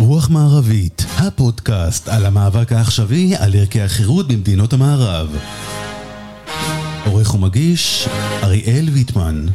רוח מערבית, הפודקאסט על המאבק העכשווי על ערכי החירות במדינות המערב. עורך ומגיש, אריאל ויטמן.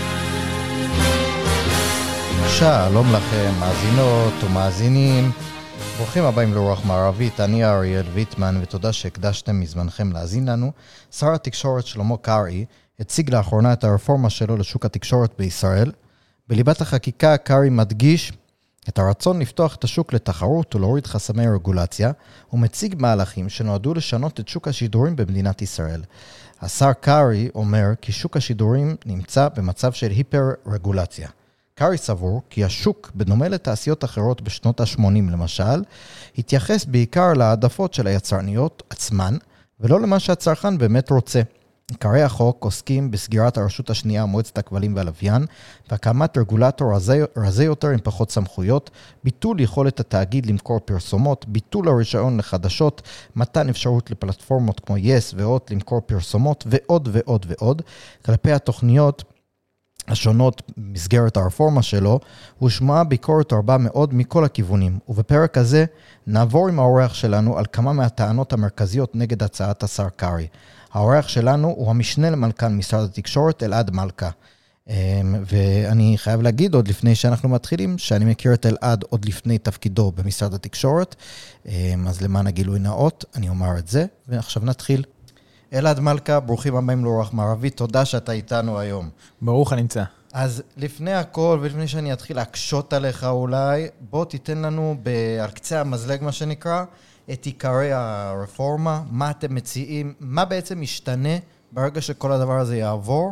שלום לכם, מאזינות ומאזינים. ברוכים הבאים לרוח מערבית, אני אריאל ויטמן, ותודה שהקדשתם מזמנכם להאזין לנו. שר התקשורת שלמה קרעי הציג לאחרונה את הרפורמה שלו לשוק התקשורת בישראל. בליבת החקיקה קרעי מדגיש את הרצון לפתוח את השוק לתחרות ולהוריד חסמי רגולציה, ומציג מהלכים שנועדו לשנות את שוק השידורים במדינת ישראל. השר קרעי אומר כי שוק השידורים נמצא במצב של היפר-רגולציה. קרעי סבור כי השוק, בדומה לתעשיות אחרות בשנות ה-80 למשל, התייחס בעיקר להעדפות של היצרניות עצמן, ולא למה שהצרכן באמת רוצה. עיקרי החוק עוסקים בסגירת הרשות השנייה, מועצת הכבלים והלוויין, והקמת רגולטור רזה יותר עם פחות סמכויות, ביטול יכולת התאגיד למכור פרסומות, ביטול הרישיון לחדשות, מתן אפשרות לפלטפורמות כמו יס והוט למכור פרסומות, ועוד ועוד ועוד. כלפי התוכניות השונות במסגרת הרפורמה שלו, הושמעה ביקורת רבה מאוד מכל הכיוונים, ובפרק הזה נעבור עם האורח שלנו על כמה מהטענות המרכזיות נגד הצעת השר קרעי. האורח שלנו הוא המשנה למנכ"ל משרד התקשורת, אלעד מלכה. ואני חייב להגיד עוד לפני שאנחנו מתחילים, שאני מכיר את אלעד עוד לפני תפקידו במשרד התקשורת, אז למען הגילוי נאות, אני אומר את זה, ועכשיו נתחיל. אלעד מלכה, ברוכים הבאים לרוח מערבית, תודה שאתה איתנו היום. ברוך הנמצא. אז לפני הכל, ולפני שאני אתחיל להקשות עליך אולי, בוא תיתן לנו על קצה המזלג מה שנקרא, את עיקרי הרפורמה, מה אתם מציעים, מה בעצם משתנה ברגע שכל הדבר הזה יעבור,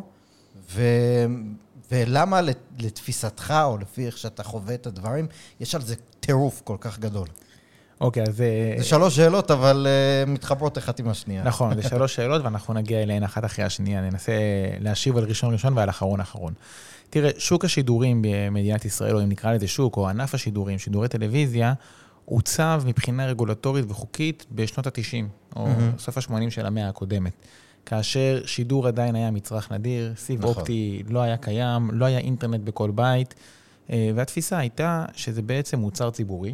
ולמה לתפיסתך, או לפי איך שאתה חווה את הדברים, יש על זה טירוף כל כך גדול. אוקיי, אז זה 3 שאלות, אבל מתחברות אחת עם השנייה. נכון, זה 3 שאלות, ואנחנו נגיע אליהן אחת אחרי השנייה. ננסה להשיב על ראשון ועל אחרון. תראה, שוק השידורים במדינת ישראל, או אם נקרא לזה שוק, או ענף השידורים, שידורי טלוויזיה, עוצב מבחינה רגולטורית וחוקית בשנות ה-90, או סוף ה-80 של המאה הקודמת. כאשר שידור עדיין היה מצרך נדיר, סיב אופטי לא היה קיים, לא היה אינטרנט בכל בית, והתפיסה הייתה שזה בעצם מוצר ציבורי,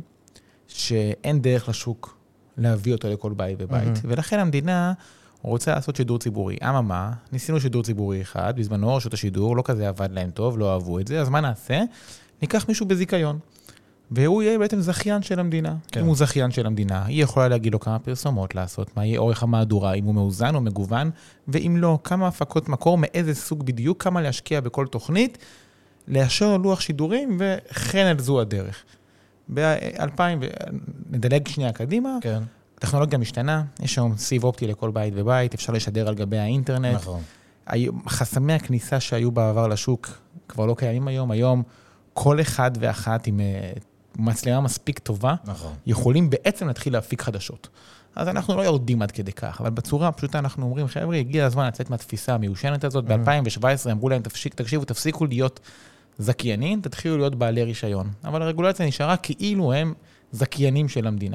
שאין דרך לשוק להביא אותו לכל בית ובית. ולכן המדינה רוצה לעשות שידור ציבורי. אממה, ניסינו שידור ציבורי אחד, בזמנו רשות השידור, לא כזה עבד להם טוב, לא אהבו את זה, אז מה נעשה? ניקח מישהו בזיקיון. והוא יהיה בעצם זכיין של המדינה. כן. אם הוא זכיין של המדינה, היא יכולה להגיד לו כמה פרסומות לעשות, מה יהיה אורך המהדורה, אם הוא מאוזן או מגוון, ואם לא, כמה הפקות מקור, מאיזה סוג בדיוק, כמה להשקיע בכל תוכנית, לאשר לוח שידורים, וכן על זו הדרך. ב-2000, נדלג שנייה קדימה, כן. טכנולוגיה משתנה, יש שם סיב אופטי לכל בית ובית, אפשר לשדר על גבי האינטרנט. נכון. חסמי הכניסה שהיו בעבר לשוק כבר לא קיימים היום כל אחד ואחת עם מצלמה מספיק טובה, נכון. יכולים בעצם להתחיל להפיק חדשות. אז אנחנו לא יורדים עד כדי כך, אבל בצורה הפשוטה אנחנו אומרים, חבר'ה, הגיע הזמן לצאת מהתפיסה המיושנת הזאת, ב-2017 אמרו להם, תקשיבו, תפסיקו להיות זכיינים, תתחילו להיות בעלי רישיון. אבל הרגולציה נשארה כאילו הם זכיינים של המדינה.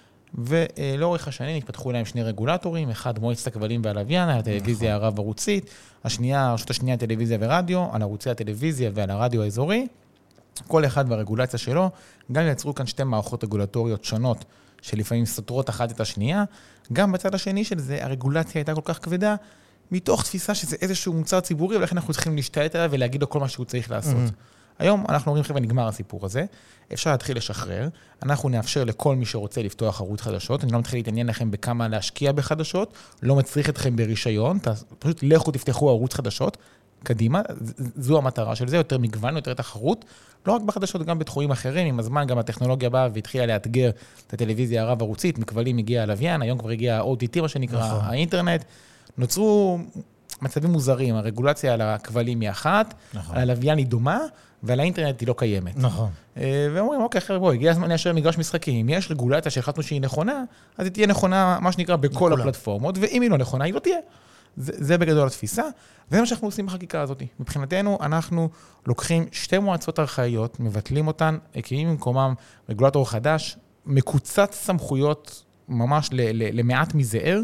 ולאורך השנים התפתחו להם 2 רגולטורים, אחד מועצת הכבלים והלוויין, על הטלוויזיה הרב-ערוצית, הרשות השנייה טלוויזיה ורדיו, על ערוצי הטלוויזיה ועל הרדיו האזורי. כל אחד והרגולציה שלו, גם יצרו כאן 2 מערכות רגולטוריות שונות, שלפעמים סותרות אחת את השנייה, גם בצד השני של זה, הרגולציה הייתה כל כך כבדה, מתוך תפיסה שזה איזשהו מוצר ציבורי, ולכן אנחנו צריכים להשתלט עליו ולהגיד לו כל מה שהוא צריך לעשות. היום אנחנו אומרים, חבר'ה, נגמר הסיפור הזה, אפשר להתחיל לשחרר, אנחנו נאפשר לכל מי שרוצה לפתוח ערוץ חדשות, אני לא מתחיל להתעניין לכם בכמה להשקיע בחדשות, לא מצריך אתכם ברישיון, פשוט לכו תפתחו ערוץ חדשות, קדימה, זו המטרה של זה, יותר מגוון, יותר תחרות, לא רק בחדשות, גם בתחומים אחרים, עם הזמן גם הטכנולוגיה באה והתחילה לאתגר את הטלוויזיה הרב-ערוצית, מכבלים הגיע הלוויין, היום כבר הגיע ה-OTT, מה שנקרא, נכון. האינטרנט, נוצרו מצבים מוזרים, הרגולציה על הכבלים היא אחת, נכון. על הלוויין היא דומה, ועל האינטרנט היא לא קיימת. נכון. ואומרים, אוקיי, אחרי בואי, הגיע הזמן לאשר מגרש משחקים, אם יש רגולציה שהחלטנו שהיא נכונה, אז היא תהיה נכונה, מה שנקרא, בכל הפלטפורמות, ואם היא לא נכונה, היא לא תהיה. זה בגדול התפיסה, וזה מה שאנחנו עושים בחקיקה הזאת. מבחינתנו, אנחנו לוקחים 2 מועצות ארכאיות, מבטלים אותן, הקימים במקומם רגולטור חדש, מקוצץ סמכויות ממש למעט מזער,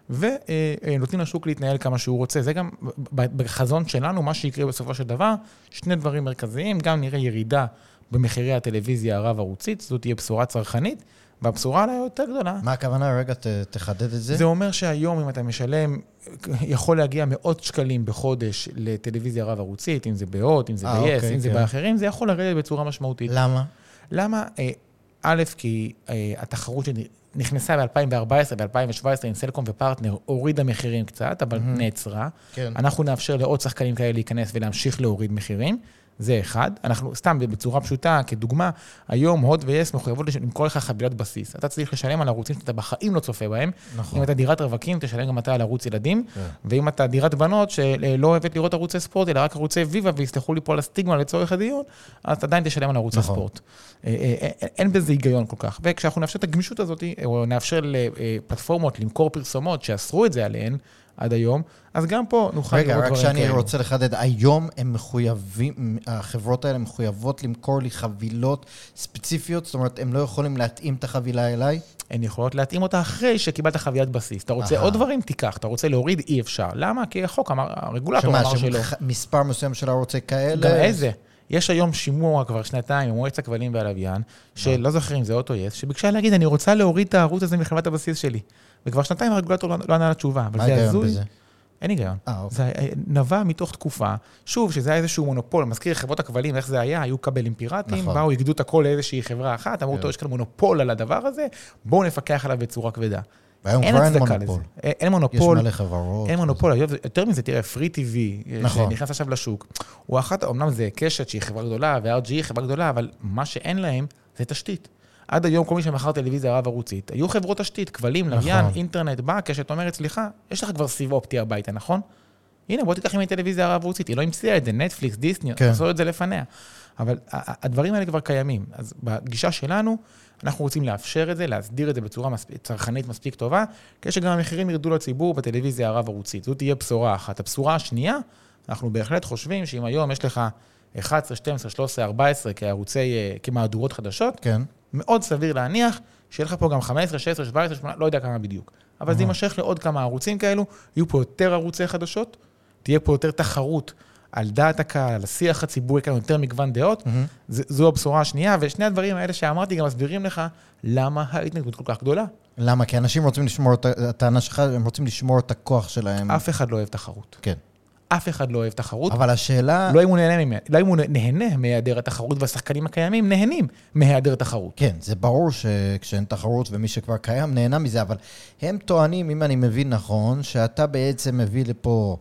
ונותנים לשוק להתנהל כמה שהוא רוצה. זה גם בחזון שלנו, מה שיקרה בסופו של דבר, שני דברים מרכזיים, גם נראה ירידה במחירי הטלוויזיה הרב-ערוצית, זאת תהיה בשורה צרכנית, והבשורה עליה יותר גדולה. מה הכוונה? רגע, תחדד את זה. זה אומר שהיום, אם אתה משלם, יכול להגיע מאות שקלים בחודש לטלוויזיה רב-ערוצית, אם זה בעוד, אם זה ב-yes, אם זה באחרים, זה יכול לרדת בצורה משמעותית. למה? למה? א', כי התחרות שנכנסה ב-2014 ו-2017 עם סלקום ופרטנר הורידה מחירים קצת, אבל נעצרה. כן. אנחנו נאפשר לעוד שחקנים כאלה להיכנס ולהמשיך להוריד מחירים. זה אחד. אנחנו, סתם בצורה פשוטה, כדוגמה, היום הוט ו-yes מחויבות למכור לך חבילת בסיס. אתה צריך לשלם על ערוצים שאתה בחיים לא צופה בהם. נכון. אם אתה דירת רווקים, תשלם גם אתה על ערוץ ילדים. ואם אתה דירת בנות שלא אוהבת לראות ערוצי ספורט, אלא רק ערוצי ויבה, ויסלחו לי פה על הסטיגמה לצורך הדיון, אז עדיין תשלם על ערוצי ספורט. אין בזה היגיון כל כך. וכשאנחנו נאפשר את הגמישות הזאת, או נאפשר לפלטפורמות למכור פרסומות שאסרו את זה עליהן, עד היום, אז גם פה נוכל לראות דברים כאלה. רגע, רק שאני רוצה לחדד, היום הם מחויבים, החברות האלה מחויבות למכור לי חבילות ספציפיות, זאת אומרת, הם לא יכולים להתאים את החבילה אליי? הן יכולות להתאים אותה אחרי שקיבלת חבילת בסיס. אתה רוצה עוד דברים? תיקח. אתה רוצה להוריד? אי אפשר. למה? כי החוק אמר, הרגולטור אמר שלא. מספר מסוים של ערוצי כאלה? גם איזה? יש היום שימוע כבר שנתיים, מועצת הכבלים והלוויין, שלא זוכרים, זה אוטו יס, שביקשה להגיד, אני רוצה להוריד את הערוץ הזה מחבילת הבסיס שלי. וכבר שנתיים הרגולטור לא ענה לתשובה. מה ההיגיון בזה? אין היגיון. זה נבע מתוך תקופה, שוב, שזה היה איזשהו מונופול, מזכיר חברות הכבלים, איך זה היה, היו קבלים פיראטיים, באו, יגדו את הכל לאיזושהי חברה אחת, אמרו, טוב, יש כאן מונופול על הדבר הזה, בואו נפקח עליו בצורה כבדה. והיום כבר אין מונופול. אין מונופול. יש מלא חברות. אין מונופול. יותר מזה, תראה, פרי טיווי, שנכנס עכשיו לשוק, הוא אחת, אמנם זה קשת שהיא חברה גדולה, ו-RG היא חברה גדולה, אבל מה שאין להם זה תשתית. עד היום כל מי שמכר טלוויזיה רב-ערוצית, היו חברות תשתית, כבלים, לוויין, אינטרנט, בא, קשת אומרת, סליחה, יש לך כבר סיב אופטי הביתה, נכון? הנה, בוא תיקח עם טלוויזיה רב-ערוצית, היא לא המציאה את זה, נטפליקס, דיסני, עשו את זה לפניה. אבל הדברים האלה כבר קיימים. אז בגישה שלנו, אנחנו רוצים לאפשר את זה, להסדיר את זה בצורה צרכנית מספיק טובה, כדי שגם המחירים ירדו לציבור בטלוויזיה הרב-ערוצית. זאת תהיה בשורה אחת. הבשורה השנייה, אנחנו בהחלט חושבים שאם היום יש לך 11, 12, 13, 14 כמהדורות חדשות, כן. מאוד סביר להניח שיהיה לך פה גם 15, 16, 17, 18, לא יודע כמה בדיוק. אבל זה יימשך לעוד כמה ערוצים כאלו, יהיו פה יותר ערוצי חדשות, תהיה פה יותר תחרות על דעת הקהל, על השיח הציבורי, כאן יותר מגוון דעות, זו הבשורה השנייה, ושני הדברים האלה שאמרתי גם מסבירים לך למה ההתנגדות כל כך גדולה. למה? כי אנשים רוצים לשמור את הטענה שלך, הם רוצים לשמור את הכוח שלהם. אף אחד לא אוהב תחרות. כן. אף אחד לא אוהב תחרות. אבל השאלה... לא אם הוא נהנה ממנה, לא אם הוא נהנה מהיעדר התחרות, והשחקנים הקיימים נהנים מהיעדר תחרות. כן, זה ברור שכשאין תחרות ומי שכבר קיים נהנה מזה, אבל הם טוענים, אם אני מבין נכון, שאתה בעצם מביא לפה,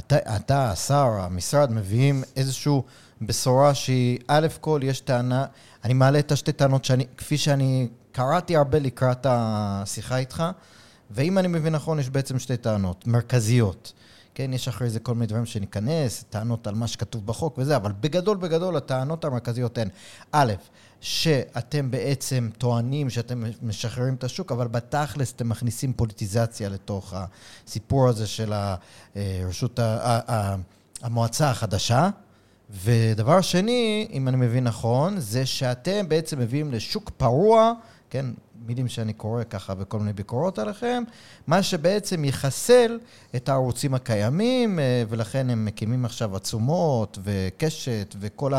אתה, השר, המשרד, מביאים איזושהי בשורה שהיא, א' כל, יש טענה, אני מעלה את השתי טענות כפי שאני קראתי הרבה לקראת השיחה איתך, ואם אני מבין נכון, יש בעצם שתי טענות מרכזיות. כן, יש אחרי זה כל מיני דברים שניכנס, טענות על מה שכתוב בחוק וזה, אבל בגדול, הטענות המרכזיות הן, א', שאתם בעצם טוענים שאתם משחררים את השוק, אבל בתכלס אתם מכניסים פוליטיזציה לתוך הסיפור הזה של המועצה החדשה, ודבר שני, אם אני מבין נכון, זה שאתם בעצם מביאים לשוק פרוע, כן, מילים שאני קורא ככה וכל מיני ביקורות עליכם, מה שבעצם יחסל את הערוצים הקיימים, ולכן הם מקימים עכשיו עצומות וקשת וכל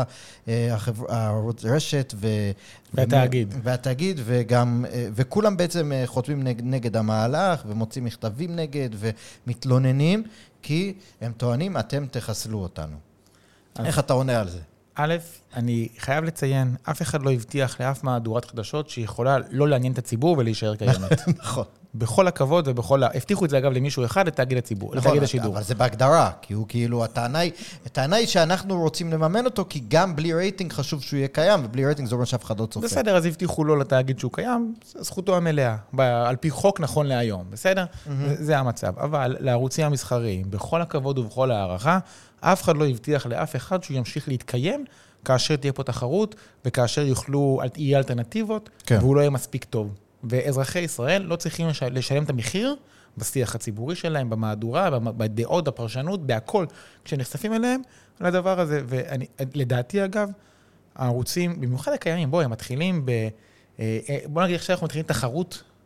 הרשת והתאגיד וגם, וכולם בעצם חותמים נגד המהלך ומוצאים מכתבים נגד ומתלוננים, כי הם טוענים, אתם תחסלו אותנו. איך אתה עונה על זה? א', אני חייב לציין, אף אחד לא הבטיח לאף מהדורת חדשות שיכולה לא לעניין את הציבור ולהישאר קיימת. נכון. בכל הכבוד הבטיחו את זה אגב למישהו אחד, לתאגיד הציבור, לתאגיד השידור. אבל זה בהגדרה, כי הוא כאילו, הטענה היא שאנחנו רוצים לממן אותו, כי גם בלי רייטינג חשוב שהוא יהיה קיים, ובלי רייטינג זה אומר שאף אחד לא צופה. בסדר, אז הבטיחו לו לתאגיד שהוא קיים, זכותו המלאה, על פי חוק נכון להיום, בסדר? זה המצב. אבל לערוצים המסחריים, בכל הכבוד ובכל הערכה, אף אחד לא הבטיח לאף אחד שהוא ימשיך להתקיים, כאשר תהיה פה תחרות, וכאשר יהיה אלטרנטיבות, והוא לא יהיה מספיק טוב. ואזרחי ישראל לא צריכים לשלם את המחיר בשיח הציבורי שלהם, במהדורה, בדעות, בפרשנות, בהכל, כשנחשפים אליהם, לדבר הזה. ולדעתי, אגב, הערוצים, במיוחד הקיימים, הם מתחילים בוא נגיד עכשיו אנחנו מתחילים תחרות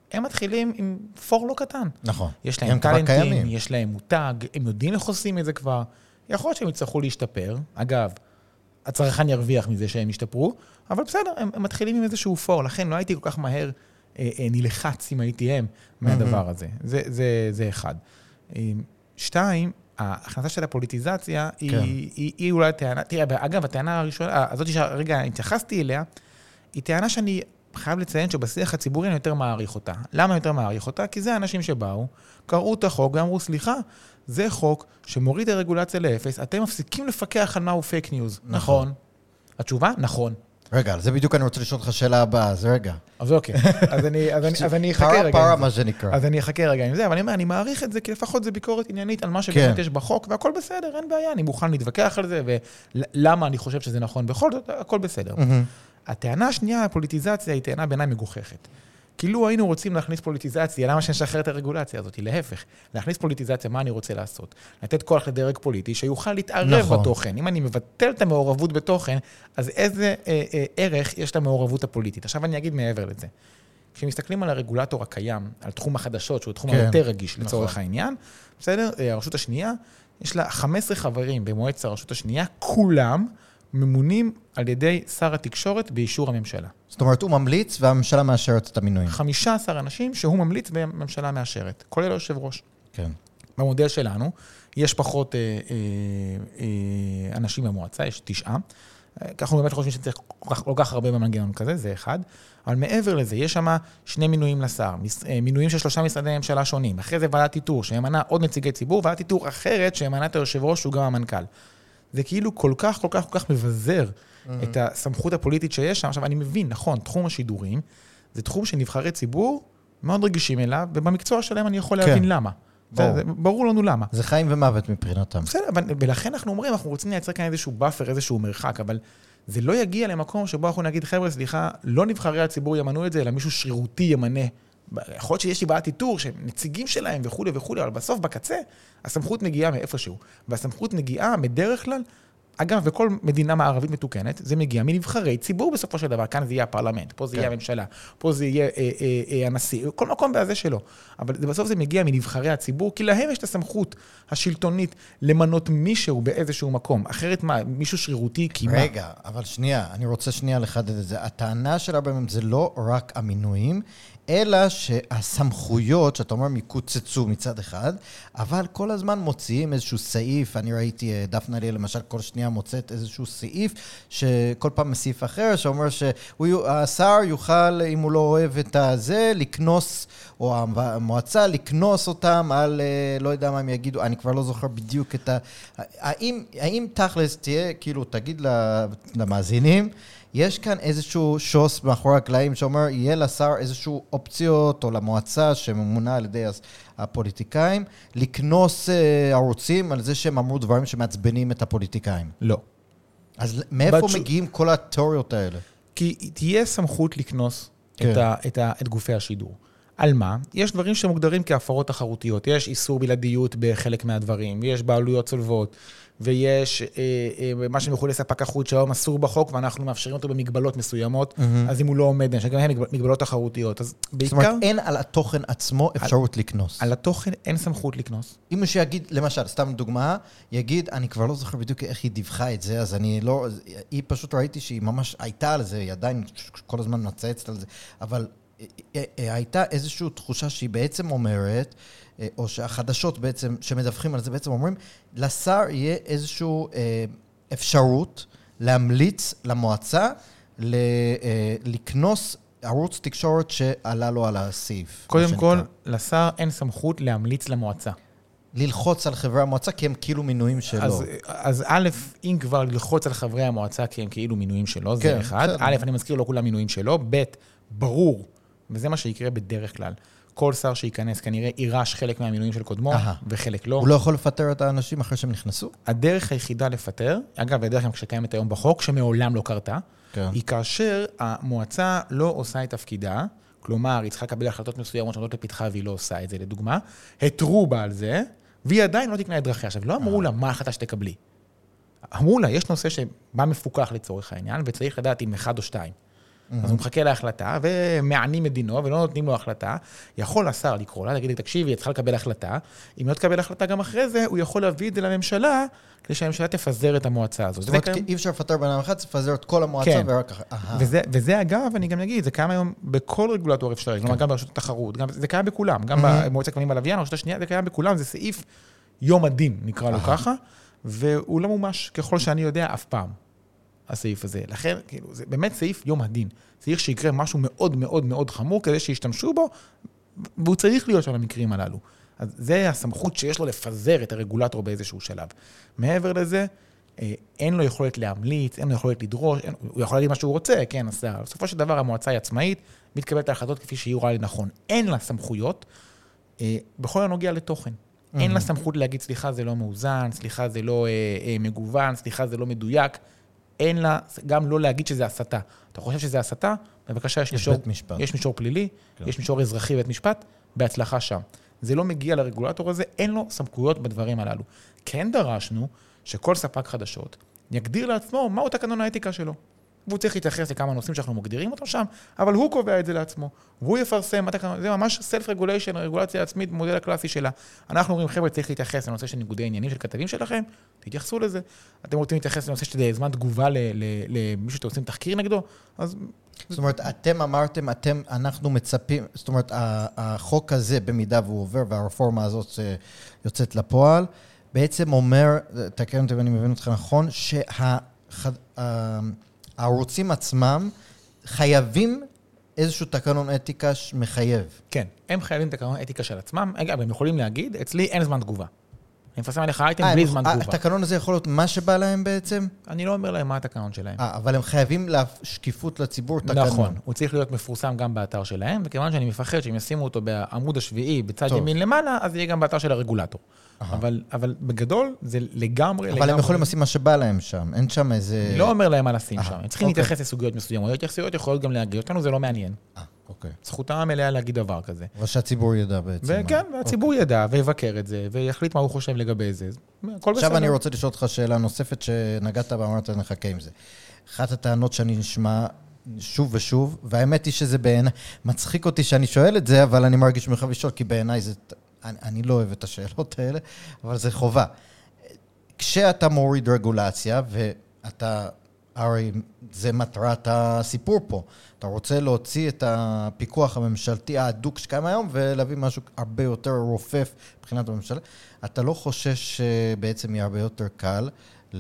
הם מתחילים עם פור לא קטן. נכון. יש להם טלנטים, יש להם מותג, הם יודעים איך עושים את זה כבר. יכול להיות שהם יצטרכו להשתפר. אגב, הצרכן ירוויח מזה שהם ישתפרו, אבל בסדר, הם מתחילים עם איזשהו פור. לכן לא הייתי כל כך מהר נלחץ אם הייתי הם מהדבר הזה. זה אחד. 2, ההכנסה של הפוליטיזציה היא אולי טענה, תראה, אגב, הטענה הראשונה, הזאת שהרגע התייחסתי אליה, היא טענה שאני חייב לציין שבשיח הציבורי אני יותר מעריך אותה. למה יותר מעריך אותה? כי זה האנשים שבאו, קראו את החוק ואמרו, סליחה, זה חוק שמוריד הרגולציה לאפס, אתם מפסיקים לפקח על מהו פייק ניוז. נכון. התשובה? נכון. רגע, על זה בדיוק אני רוצה לשאול אותך שאלה הבאה, אז רגע. אז אוקיי, אז אני אחכה רגע. פרה מה שנקרא. אז אני אחכה רגע עם זה, אבל אני אומר, אני מעריך את זה, כי לפחות זה ביקורת עניינית על מה שבאמת יש בחוק, והכל בסדר, אין בעיה, אני מוכן להתווכח על זה, ולמה אני חושב שזה נכון בכל זאת, הכל בסדר. הטענה השנייה, הפוליטיזציה, היא טענה בעיניי מגוחכת. כאילו היינו רוצים להכניס פוליטיזציה, למה שנשחרר את הרגולציה הזאת? להפך, להכניס פוליטיזציה, מה אני רוצה לעשות? לתת כוח לדרג פוליטי שיוכל להתערב בתוכן. אם אני מבטל את המעורבות בתוכן, אז איזה ערך יש למעורבות הפוליטית? עכשיו אני אגיד מעבר לזה. כשמסתכלים על הרגולטור הקיים, על תחום החדשות, שהוא תחום היותר רגיש לצורך העניין, בסדר? הרשות השנייה, יש לה 15 חברים במועצת הרשות השנייה, כולם ממונים על ידי שר התקשורת באישור הממשלה. זאת אומרת, הוא ממליץ והממשלה מאשרת את המינויים. 15 אנשים שהוא ממליץ והממשלה מאשרת, כולל היושב ראש. כן. במודל שלנו, יש פחות אנשים במועצה, יש 9. אנחנו באמת חושבים שצריך כל כך הרבה במנגנון כזה, זה אחד. אבל מעבר לזה, יש שם 2 מינויים לשר, מינויים של 3 משרדי ממשלה שונים. אחרי זה ועדת איתור, שמנה עוד נציגי ציבור, ועדת איתור אחרת, שמנה את היושב ראש, שהוא גם המנכ"ל. זה כאילו כל כך מבזר את הסמכות הפוליטית שיש שם. עכשיו, אני מבין, נכון, תחום השידורים, זה תחום שנבחרי ציבור מאוד רגישים אליו, ובמקצוע שלהם אני יכול להבין למה. ברור לנו למה. זה חיים ומוות מבחינתם. בסדר, ולכן אנחנו אומרים, אנחנו רוצים לייצר כאן איזשהו באפר, איזשהו מרחק, אבל זה לא יגיע למקום שבו אנחנו נגיד, חבר'ה, סליחה, לא נבחרי הציבור ימנו את זה, אלא מישהו שרירותי ימנה. יכול להיות שיש לי בעיית איתור, שנציגים שלהם וכו', אבל בסוף, בקצה, הסמכות מגיעה מאיפשהו. והסמכות מגיעה בדרך כלל, אגב, בכל מדינה מערבית מתוקנת, זה מגיע מנבחרי ציבור בסופו של דבר. כאן זה יהיה הפרלמנט, פה זה יהיה הממשלה, פה זה יהיה הנשיא, כל מקום בזה שלו. אבל בסוף זה מגיע מנבחרי הציבור, כי להם יש את הסמכות השלטונית למנות מישהו באיזשהו מקום. אחרת מה, מישהו שרירותי, כי מה? רגע, אבל שנייה, אני רוצה שנייה לחדד את זה. הטענה של הרבה מהם זה לא רק המינויים, אלא שהסמכויות, שאתה אומר, מקוצצו מצד אחד, אבל כל הזמן מוציאים איזשהו סעיף, אני ראיתי דפנה לי למשל, כל שנייה מוצאת איזשהו סעיף, שכל פעם סעיף אחר, שאומר שהשר יוכל, אם הוא לא אוהב את הזה, לקנוס, או המועצה לקנוס אותם על, לא יודע מה הם יגידו, אני כבר לא זוכר בדיוק את ה... האם תכלס תהיה, כאילו, תגיד למאזינים, יש כאן איזשהו שוס מאחורי הקלעים שאומר, יהיה לשר איזשהו אופציות או למועצה שממונה על ידי הפוליטיקאים, לקנוס ערוצים על זה שהם אמרו דברים שמעצבנים את הפוליטיקאים. לא. אז מאיפה מגיעים כל התיאוריות האלה? כי תהיה סמכות לקנוס את גופי השידור. על מה? יש דברים שמוגדרים כהפרות תחרותיות. יש איסור בלעדיות בחלק מהדברים, יש בעלויות צולבות, ויש מה שמכונה ספק החוץ שהיום אסור בחוק, ואנחנו מאפשרים אותו במגבלות מסוימות, אז אם הוא לא עומד, שגם הם מגבלות תחרותיות. אז בעיקר... זאת אומרת, אין על התוכן עצמו אפשרות לקנוס. על התוכן אין סמכות לקנוס. אם מישהו יגיד, למשל, סתם דוגמה, יגיד, אני כבר לא זוכר בדיוק איך היא דיווחה את זה, אז אני לא... היא פשוט ראיתי שהיא ממש הייתה על זה, היא עדיין כל הזמן מצייצת על זה, אבל הייתה איזושהי תחושה שהיא בעצם אומרת, או שהחדשות בעצם, שמדווחים על זה בעצם אומרים, לשר יהיה איזושהי אפשרות להמליץ למועצה לקנוס ערוץ תקשורת שעלה לו על הסעיף. קודם כל, לשר אין סמכות להמליץ למועצה. ללחוץ על חברי המועצה כי הם כאילו מינויים שלו. אז א', אם כבר ללחוץ על חברי המועצה כי הם כאילו מינויים שלו, זה אחד. א', אני מזכיר לא כולם מינויים שלו. ב', ברור, וזה מה שיקרה בדרך כלל. כל שר שייכנס כנראה יירש חלק מהמינויים של קודמו, וחלק לא. הוא לא יכול לפטר את האנשים אחרי שהם נכנסו? הדרך היחידה לפטר, אגב, הדרך גם שקיימת היום בחוק, שמעולם לא קרתה, היא כאשר המועצה לא עושה את תפקידה, כלומר, היא צריכה לקבל החלטות מסוימות שעומדות לפתחה והיא לא עושה את זה, לדוגמה, התרו בה על זה, והיא עדיין לא תקנה את דרכיה. עכשיו, לא אמרו לה מה ההחלטה שתקבלי. אמרו לה, יש נושא שבא מפוקח לצורך העניין, וצריך לדעת אם 1 או 2. אז הוא מחכה להחלטה, ומענים את דינו, ולא נותנים לו החלטה. יכול השר לקרוא לה, להגיד, תקשיבי, צריכה לקבל החלטה. אם לא תקבל החלטה גם אחרי זה, הוא יכול להביא את זה לממשלה, כדי שהממשלה תפזר את המועצה הזו. זאת אומרת, אי אפשר לפטר בן אדם אחד, תפזר את כל המועצה, כן. ורק ככה. וזה אגב, אני גם אגיד, זה קיים היום בכל רגולטור אפשרי, כלומר גם ברשות התחרות, זה קיים בכולם, גם במועצת הכבלים והלוויין, הרשות השנייה, זה קיים בכולם, זה סעיף יום הדין, נקרא לו ככה, והוא לא מומש, ככל שאני יודע, אף פעם, הסעיף הזה. לכן, כאילו, זה באמת סעיף יום הדין. צריך שיקרה משהו מאוד מאוד מאוד חמור, כדי שישתמשו בו, והוא צריך להיות שם במקרים הללו. אז זה הסמכות שיש לו לפזר את הרגולטור באיזשהו שלב. מעבר לזה, אין לו יכולת להמליץ, אין לו יכולת לדרוש, הוא יכול להגיד מה שהוא רוצה, כן, השר. בסופו של דבר, המועצה היא עצמאית, מתקבלת ההחלטות כפי שהיא רואה לנכון. אין לה סמכויות, בכל הנוגע לתוכן. אין לה סמכות להגיד, סליחה, זה לא מאוזן, סליחה, זה לא מגוון, סליחה, זה לא מדויק. אין לה, גם לא להגיד שזה הסתה. אתה חושב שזה הסתה? בבקשה, יש מישור פלילי, יש מישור אזרחי בית משפט, בהצלחה שם. זה לא מגיע לרגולטור הזה, אין לו סמכויות בדברים הללו. כן דרשנו שכל ספק חדשות יגדיר לעצמו מהו תקנון האתיקה שלו. והוא צריך להתייחס לכמה נושאים שאנחנו מגדירים אותם שם, אבל הוא קובע את זה לעצמו. והוא יפרסם, זה ממש self-regulation, רגולציה עצמית, מודל הקלאסי שלה. אנחנו אומרים, חבר'ה, צריך להתייחס לנושא של ניגודי עניינים של כתבים שלכם, תתייחסו לזה. אתם רוצים להתייחס לנושא של זמן תגובה למישהו שאתם עושים תחקיר נגדו, אז... זאת אומרת, אתם אמרתם, אנחנו מצפים, זאת אומרת, החוק הזה, במידה והוא עובר, והרפורמה הזאת יוצאת לפועל, בעצם אומר, תקן אותי ואני מבין אותך נכון, הערוצים עצמם חייבים איזשהו תקנון אתיקה מחייב. כן, הם חייבים תקנון אתיקה של עצמם. אגב, הם יכולים להגיד, אצלי אין זמן תגובה. אני מפרסם עליך אייטם בלי זמן תגובה. התקנון הזה יכול להיות מה שבא להם בעצם? אני לא אומר להם מה התקנון שלהם. אבל הם חייבים שקיפות לציבור תקנון. נכון, הוא צריך להיות מפורסם גם באתר שלהם, וכיוון שאני מפחד שהם ישימו אותו בעמוד השביעי, בצד ימין למעלה, אז יהיה גם באתר של הרגולטור. אבל בגדול זה לגמרי... אבל הם יכולים לשים מה שבא להם שם, אין שם איזה... אני לא אומר להם מה לשים שם, הם צריכים להתייחס לסוגיות מסוימות, התייחסויות יכולות גם להגיד, אותנו זה לא מעניין. זכותם המלאה להגיד דבר כזה. אבל שהציבור ידע בעצם. וכן, הציבור ידע ויבקר את זה, ויחליט מה הוא חושב לגבי זה. עכשיו אני רוצה לשאול אותך שאלה נוספת שנגעת ואמרת נחכה עם זה. אחת הטענות שאני נשמע שוב ושוב, והאמת היא שזה בעיניי, מצחיק אותי שאני שואל את זה, אבל אני מרגיש ממך לשאול, כי בעיניי זה, אני לא אוהב את השאלות האלה, אבל זה חובה. כשאתה מוריד רגולציה, ואתה, הרי זה מטרת הסיפור פה, אתה רוצה להוציא את הפיקוח הממשלתי האדוק שקיים היום, ולהביא משהו הרבה יותר רופף מבחינת הממשלה, אתה לא חושש שבעצם יהיה הרבה יותר קל,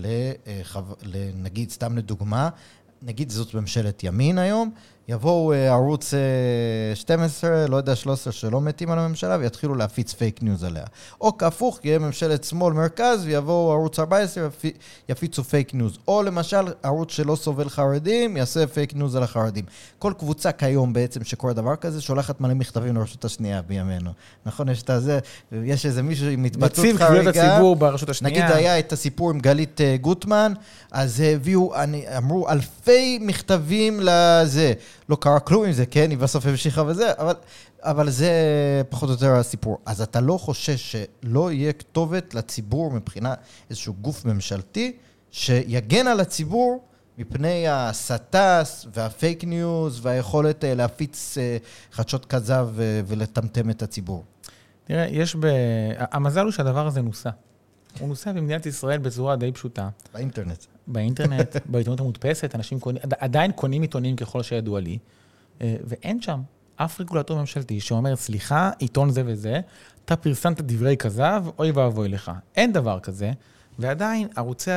נגיד, סתם לדוגמה, נגיד זאת ממשלת ימין היום, יבואו ערוץ 12, לא יודע 13 שלא מתים על הממשלה, ויתחילו להפיץ פייק ניוז עליה. או כהפוך, יהיה ממשלת שמאל מרכז, ויבואו ערוץ 14, יפיצו פייק ניוז. או למשל, ערוץ שלא סובל חרדים, יעשה פייק ניוז על החרדים. כל קבוצה כיום בעצם שקורה דבר כזה, שולחת מלא מכתבים לרשות השנייה בימינו. נכון, יש את זה, יש איזה מישהו עם התבטאות חריגה. נציב קבילות הציבור ברשות השנייה. נגיד היה את הסיפור עם גלית גוטמן, אז הביאו, אמרו, אלפי מכתבים לזה. לא קרה כלום עם זה, כן, היא בסוף המשיכה וזה, אבל זה פחות או יותר הסיפור. אז אתה לא חושש שלא יהיה כתובת לציבור מבחינה איזשהו גוף ממשלתי, שיגן על הציבור מפני הסטס והפייק ניוז והיכולת להפיץ חדשות כזב ולטמטם את הציבור. תראה, המזל הוא שהדבר הזה נוסע. הוא נוסע במדינת ישראל בצורה די פשוטה. באינטרנט, בעיתונות המודפסת, אנשים עדיין קונים עיתונים ככל שידוע לי, ואין שם אף רגולטור ממשלתי שאומר, סליחה, עיתון זה וזה, אתה פרסמת דברי כזב, אוי ואבוי לך. אין דבר כזה, ועדיין ערוצי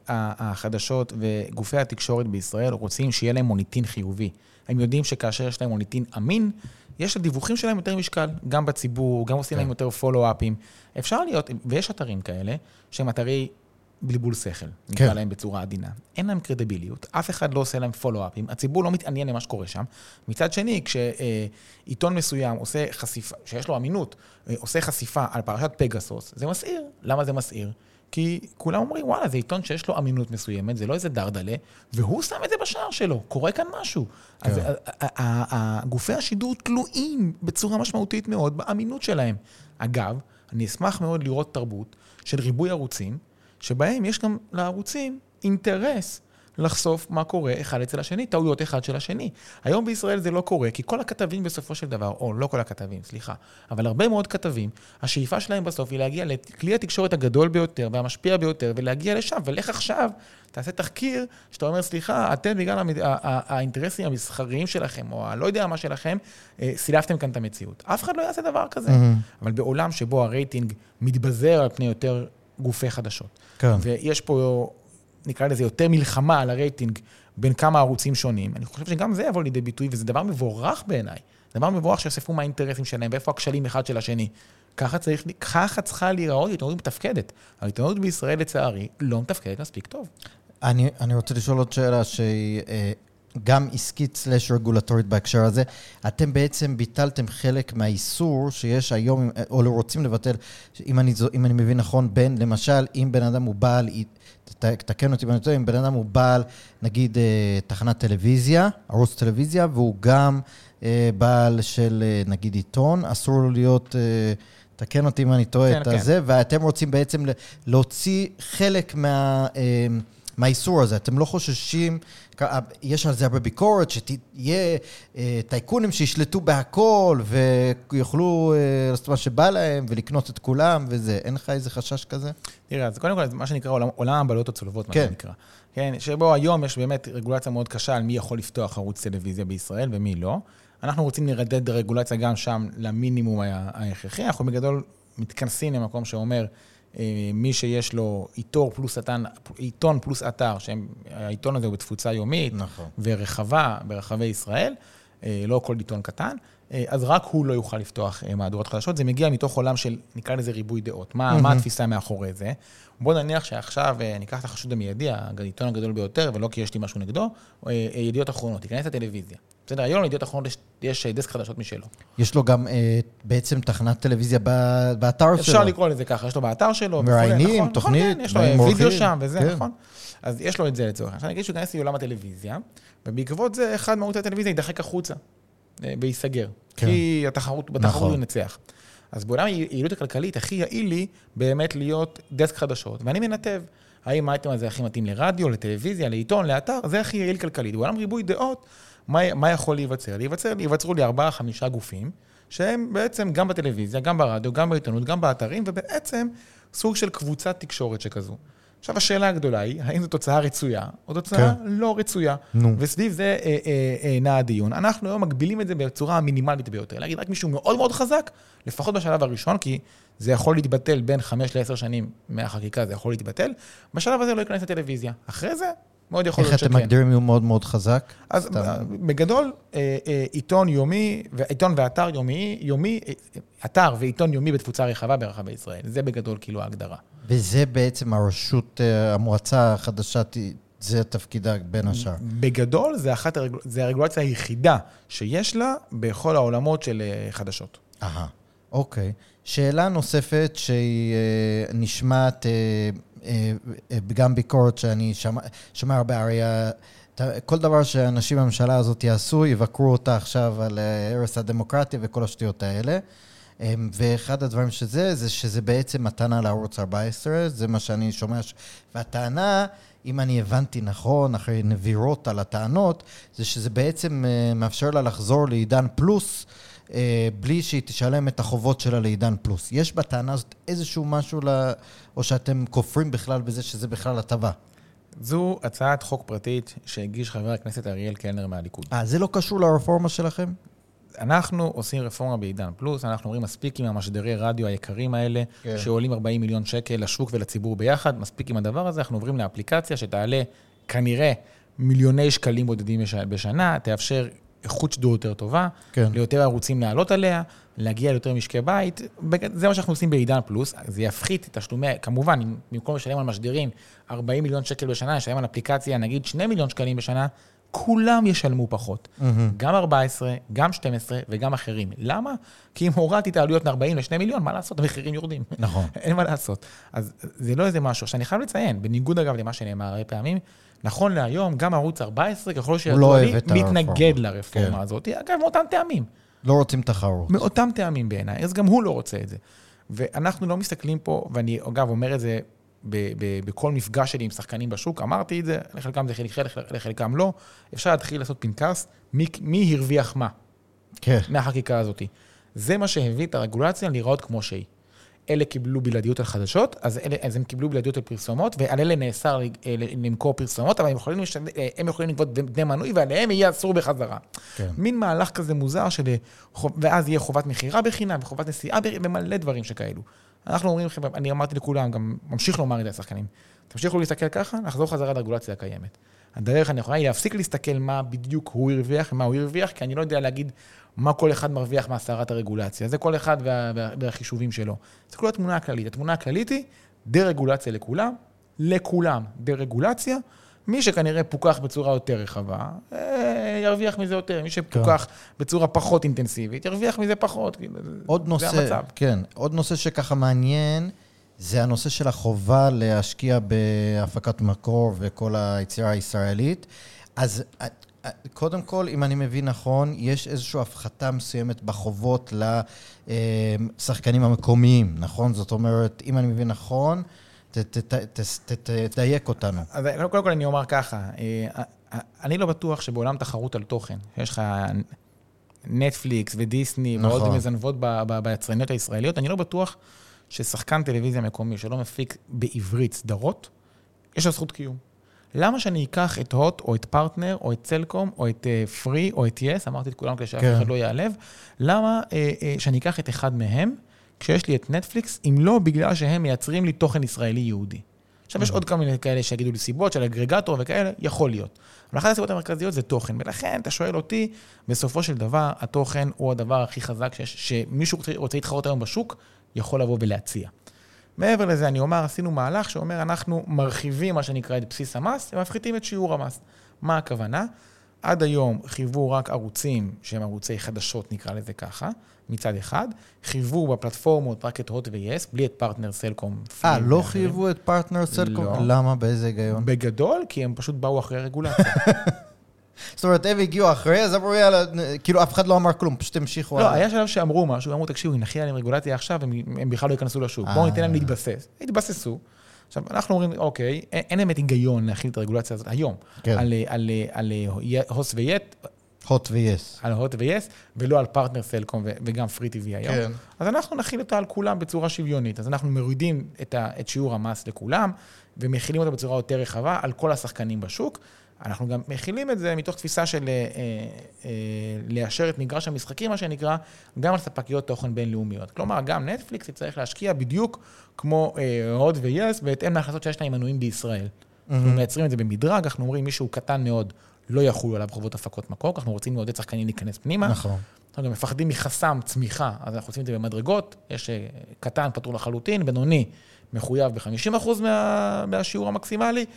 החדשות וגופי התקשורת בישראל רוצים שיהיה להם מוניטין חיובי. הם יודעים שכאשר יש להם מוניטין אמין, יש לדיווחים שלהם יותר משקל, גם בציבור, גם עושים להם יותר פולו-אפים. אפשר להיות, ויש אתרים כאלה, שהם אתרי בלבול שכל, נקרא להם בצורה עדינה. אין להם קרדיביליות, אף אחד לא עושה להם פולו-אפים, הציבור לא מתעניין למה שקורה שם. מצד שני, כשעיתון מסוים עושה חשיפה, שיש לו אמינות, עושה חשיפה על פרשת פגסוס, זה מסעיר. למה זה מסעיר? כי כולם אומרים, וואלה, זה עיתון שיש לו אמינות מסוימת, זה לא איזה דרדלה, והוא שם את זה בשער שלו, קורה כאן משהו. אז גופי השידור תלויים בצורה משמעותית מאוד באמינות שלהם. אגב, אני אשמח מאוד לראות תרבות של ריבוי ערוצים, שבהם יש גם לערוצים אינטרס לחשוף מה קורה אחד אצל השני, טעויות אחד של השני. היום בישראל זה לא קורה, כי כל הכתבים בסופו של דבר, או לא כל הכתבים, סליחה, אבל הרבה מאוד כתבים, השאיפה שלהם בסוף היא להגיע לכלי התקשורת הגדול ביותר והמשפיע ביותר, ולהגיע לשם, ולך עכשיו, תעשה תחקיר, שאתה אומר, סליחה, אתם בגלל האינטרסים המסחריים שלכם, או הלא יודע מה שלכם, סילפתם כאן את המציאות. אף אחד לא יעשה דבר כזה. אבל בעולם שבו הרייטינג מתבזר על פני יותר גופי חדשות. כן. ויש פה, נקרא לזה, יותר מלחמה על הרייטינג בין כמה ערוצים שונים. אני חושב שגם זה יבוא לידי ביטוי, וזה דבר מבורך בעיניי. דבר מבורך שיוספו מה האינטרסים שלהם, ואיפה הכשלים אחד של השני. ככה צריכה להיראות עיתונות מתפקדת. העיתונות בישראל, לצערי, לא מתפקדת מספיק טוב. אני רוצה לשאול עוד שאלה שהיא גם עסקית סלש רגולטורית בהקשר הזה. אתם בעצם ביטלתם חלק מהאיסור שיש היום, או לא רוצים לבטל, אם אני מבין נכון, בין, למשל, אם בן אדם הוא בעל, תקן אותי בן אדם, אם בן אדם הוא בעל, נגיד, תחנת טלוויזיה, ערוץ טלוויזיה, והוא גם בעל של, נגיד, עיתון, אסור לו להיות, תקן אותי אם אני טועה את הזה, ואתם רוצים בעצם להוציא חלק מהאיסור הזה. אתם לא חוששים, יש על זה הרבה ביקורת, שתהיה טייקונים שישלטו בהכל, ויוכלו לעשות מה שבא להם, ולקנות את כולם, וזה. אין לך איזה חשש כזה? תראה, אז קודם כל, מה שנקרא עולם הבעלויות הצולבות, מה שנקרא. כן, שבו היום יש באמת רגולציה מאוד קשה על מי יכול לפתוח ערוץ טלוויזיה בישראל, ומי לא. אנחנו רוצים לרדד רגולציה גם שם למינימום ההכרחי. אנחנו בגדול מתכנסים למקום שאומר, מי שיש לו עיתון פלוס אתר, שהעיתון הזה הוא בתפוצה יומית, נכון. ורחבה ברחבי ישראל, לא כל עיתון קטן, אז רק הוא לא יוכל לפתוח מהדורות חדשות. זה מגיע מתוך עולם של, נקרא לזה ריבוי דעות. מה התפיסה מאחורי זה? בוא נניח שעכשיו ניקח את החשוד המיידי, העיתון הגדול ביותר, ולא כי יש לי משהו נגדו, ידיעות אחרונות, תיכנס לטלוויזיה. בסדר, היום לידיעות אחרונות יש דסק חדשות משלו. יש לו גם בעצם תחנת טלוויזיה באתר שלו. אפשר לקרוא לזה ככה, יש לו באתר שלו. מראיינים, תוכנית. יש לו וידאו שם וזה, נכון? אז יש לו את זה לצורך. עכשיו אני אגיד שהוא כנס לעולם הטלוויזיה, ובעקבות זה אחד מערוץ הטלוויזיה יידחק החוצה, וייסגר. כי בתחרות הוא ינצח. אז בעולם היעילות הכלכלית הכי יעיל לי באמת להיות דסק חדשות, ואני מנתב. האם האייטם הזה הכי מתאים לרדיו, לטלוויזיה, לעיתון, לאתר, זה הכי יעיל כלכלית. בעולם ריבוי דעות, מה יכול להיווצר? ייווצרו לי 4-5 גופים, שהם בעצם גם בטלוויזיה, גם ברדיו, גם בעיתונות, גם באתרים, ובעצם סוג של קבוצת תקשורת שכזו. עכשיו, השאלה הגדולה היא, האם זו תוצאה רצויה, או תוצאה לא רצויה. וסביב זה נע הדיון. אנחנו היום מגבילים את זה בצורה המינימלית ביותר. להגיד רק מישהו מאוד מאוד חזק, לפחות בשלב הראשון, כי זה יכול להתבטל בין 5 ל-10 שנים מהחקיקה, זה יכול להתבטל. בשלב הזה לא ייכנס לטלוויזיה. אחרי זה, מאוד יכול להיות שכן. איך אתם מגדירים יום מאוד מאוד חזק? אז בגדול, עיתון יומי, ועיתון ואתר יומי, אתר ועיתון יומי בתפוצה רחבה ברחבי ישראל. זה בגדול כאילו ההגדרה. וזה בעצם המועצה החדשה, זה תפקידה בין השאר. בגדול, זה הרגולציה היחידה שיש לה בכל העולמות של חדשות. אוקיי. שאלה נוספת שהיא נשמעת גם ביקורת שאני שומע הרבה, הרי כל דבר שאנשים בממשלה הזאת יעשו, יבקרו אותה עכשיו על הרס הדמוקרטיה וכל השטויות האלה. ואחד הדברים שזה בעצם מתנה לערוץ 14, זה מה שאני שומע, והטענה, אם אני הבנתי נכון, אחרי נבירות על הטענות, זה שזה בעצם מאפשר לה לחזור לעידן פלוס, בלי שהיא תשלם את החובות שלה לעידן פלוס. יש בטענה הזאת איזשהו משהו, או שאתם כופרים בכלל בזה שזה בכלל הטבה? זו הצעת חוק פרטית שהגיש חבר הכנסת אריאל קלנר מהליכוד. זה לא קשור לרפורמה שלכם? אנחנו עושים רפורמה בעידן פלוס, אנחנו רואים מספיק עם המשדרי רדיו היקרים האלה, שעולים 40 מיליון שקל לשוק ולציבור ביחד, מספיק עם הדבר הזה, אנחנו עוברים לאפליקציה שתעלה כנראה מיליוני שקלים בודדים בשנה, תאפשר איכות שידור יותר טובה, ליותר ערוצים לעלות עליה, להגיע ליותר משקי בית, זה מה שאנחנו עושים בעידן פלוס, זה יפחית את תשלומי, כמובן, במקום לשלם על משדרים 40 מיליון שקל בשנה, לשלם על אפליקציה, נגיד 2 מיליון שקלים בשנה, כולם ישלמו פחות. גם 14, גם 12 וגם אחרים. למה? כי אם הורדתי את העלויות מ-40 ל-2 מיליון, מה לעשות? המחירים יורדים. נכון. אין מה לעשות. אז זה לא איזה משהו. שאני חייב לציין, בניגוד אגב למה שנאמר הרבה פעמים, נכון להיום, גם ערוץ 14, ככל שידוע לי, מתנגד לרפורמה הזאת. אגב, מאותם טעמים. לא רוצים תחרות. מאותם טעמים בעיניי. אז גם הוא לא רוצה את זה. ואנחנו לא מסתכלים פה, ואני אגב אומר את זה בכל מפגש שלי עם שחקנים בשוק, אמרתי את זה, לחלקם זה לחלקם לא, אפשר להתחיל לעשות פנקס, מי הרוויח מה, כן. מהחקיקה הזאת. זה מה שהביא את הרגולציה לראות כמו שהיא. אלה קיבלו בלעדיות על חדשות, אז הם קיבלו בלעדיות על פרסומות, ועל אלה נאסר למכור פרסומות, אבל הם יכולים לגבות דמי מנוי, ועליהם יהיה אסור בחזרה. כן. מין מהלך כזה מוזר, ואז יהיה חובת מחירה בחינם, וחובת נסיעה ומלא דברים שכאלו. אנחנו אומרים, אני אמרתי לכולם, גם ממשיך לומר את זה השחקנים, תמשיכו להסתכל ככה, נחזור חזרה לרגולציה הקיימת. הדרך הנכונה היא להפסיק להסתכל מה בדיוק הוא הרוויח, מה הוא הרוויח, כי אני לא יודע להגיד מה כל אחד מרוויח מהסערת הרגולציה. זה כל אחד והחישובים שלו. זה כל התמונה הכללית. התמונה הכללית היא דה-רגולציה לכולם דה-רגולציה. מי שכנראה פוקח בצורה יותר רחבה, ירוויח מזה יותר. מי שפוקח בצורה פחות אינטנסיבית, ירוויח מזה פחות. זה המצב. כן, עוד נושא שככה מעניין, זה הנושא של החובה להשקיע בהפקת מקור וכל היצירה הישראלית. אז קודם כל, אם אני מבין נכון, יש איזושהי הפחתה מסוימת בחובות לשחקנים המקומיים, נכון? זאת אומרת, אם אני מבין נכון, תדייק אותנו. אז קודם כל אני אומר ככה, אני לא בטוח שבעולם תחרות על תוכן, יש לך נטפליקס ודיסני ועוד מזנבות ביצרניות הישראליות, אני לא בטוח ששחקן טלוויזיה מקומי שלא מפיק בעברית סדרות, יש לו זכות קיום. למה שאני אקח את הוט, או את פרטנר, או את צלקום, או את פרי, או את יס, אמרתי את כולם כדי שאף אחד לא יעלב, למה שאני אקח את אחד מהם, כשיש לי את נטפליקס, אם לא בגלל שהם מייצרים לי תוכן ישראלי יהודי. עכשיו יש עוד כמה מיני כאלה שיגידו לי סיבות, של אגרגטור וכאלה, יכול להיות. אבל אחת הסיבות המרכזיות זה תוכן, ולכן אתה שואל אותי, בסופו של דבר, התוכן הוא הדבר הכי חזק שמישהו רוצה להתחרות היום בשוק, יכול לבוא ולהציע. מעבר לזה, אני אומר, עשינו מהלך שאומר, אנחנו מרחיבים מה שנקרא את בסיס המס, ומפחיתים את שיעור המס. מה הכוונה? עד היום חיוו רק ערוצים שהם ערוצי חדשות, נקרא לזה ככה, מצד אחד. חיוו בפלטפורמות רק את הוט ויס, בלי את פרטנר סלקום. לא חיוו את פרטנר סלקום? לא. למה? באיזה היגיון? בגדול, כי הם פשוט באו אחרי רגולציה. זאת אומרת, הם הגיעו אחרי, אז אמרו, יאללה, כאילו אף אחד לא אמר כלום, פשוט המשיכו. לא, היה שלב שאמרו משהו, אמרו, תקשיבו, אם נחיה עליהם רגולציה עכשיו, הם בכלל לא ייכנסו לשוק. בואו ניתן להם להתבסס. התבססו. עכשיו, אנחנו אומרים, אוקיי, אין באמת היגיון להכיל את הרגולציה הזאת היום. על הוט ויס. הוט ויס. על הוט ויס, ולא על פרטנר סלקום וגם פרי טיווי היום. כן. אז אנחנו נכיל אותה על כולם בצורה שוויונית. אז אנחנו מורידים את שיעור המס לכולם, ומכילים אותה בצורה יותר רחבה על כל השחקנים בשוק. אנחנו גם מכילים את זה מתוך תפיסה של לאשר את מגרש המשחקים, מה שנקרא, גם על ספקיות תוכן בינלאומיות. כלומר, גם נטפליקס צריך להשקיע בדיוק כמו הוט ויס, בהתאם להכנסות שיש להם מנויים בישראל. אנחנו מייצרים את זה במדרג, אנחנו אומרים, מישהו קטן מאוד לא יחולו עליו חובות הפקות מקור, אנחנו רוצים לעודד שחקנים להיכנס פנימה. נכון. אנחנו גם מפחדים מחסם צמיחה, אז אנחנו עושים את זה במדרגות, יש קטן פטור לחלוטין, בינוני מחויב ב-50% מהשיעור המקסימלי,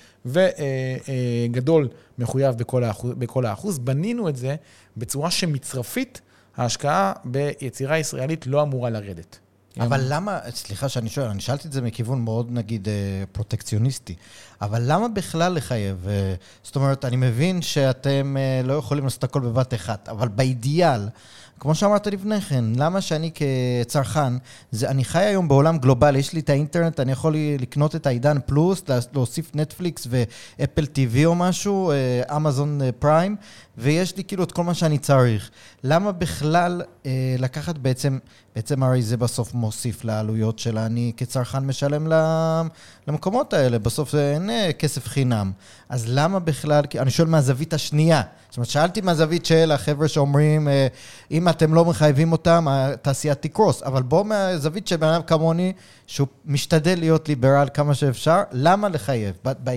וגדול מחויב בכל האחוז. בנינו את זה בצורה שמצרפית, ההשקעה ביצירה ישראלית לא אמורה לרדת. אבל למה, סליחה שאני שואל, אני שאלתי את זה מכיוון מאוד, נגיד, פרוטקציוניסטי, אבל למה בכלל לחייב? זאת אומרת, אני מבין שאתם לא יכולים לעשות הכל בבת אחת, אבל באידיאל, כמו שאמרת לפני כן, למה שאני כצרכן, אני חי היום בעולם גלובלי, יש לי את האינטרנט, אני יכול לקנות את העידן פלוס, להוסיף נטפליקס ואפל טיווי או משהו, אמזון פריים, ויש לי כאילו את כל מה שאני צריך. למה בכלל לקחת בעצם הרי זה בסוף מוסיף לעלויות שלה, אני כצרכן משלם למקומות האלה, בסוף אין כסף חינם. אז למה בכלל, אני שואל מהזווית השנייה, זאת אומרת, שאלתי מהזווית של החבר'ה שאומרים, אם אתם לא מחייבים אותם, התעשייה תקרוס, אבל בוא מהזווית שבן כמוני, שהוא משתדל להיות ליברל כמה שאפשר, למה לחייב?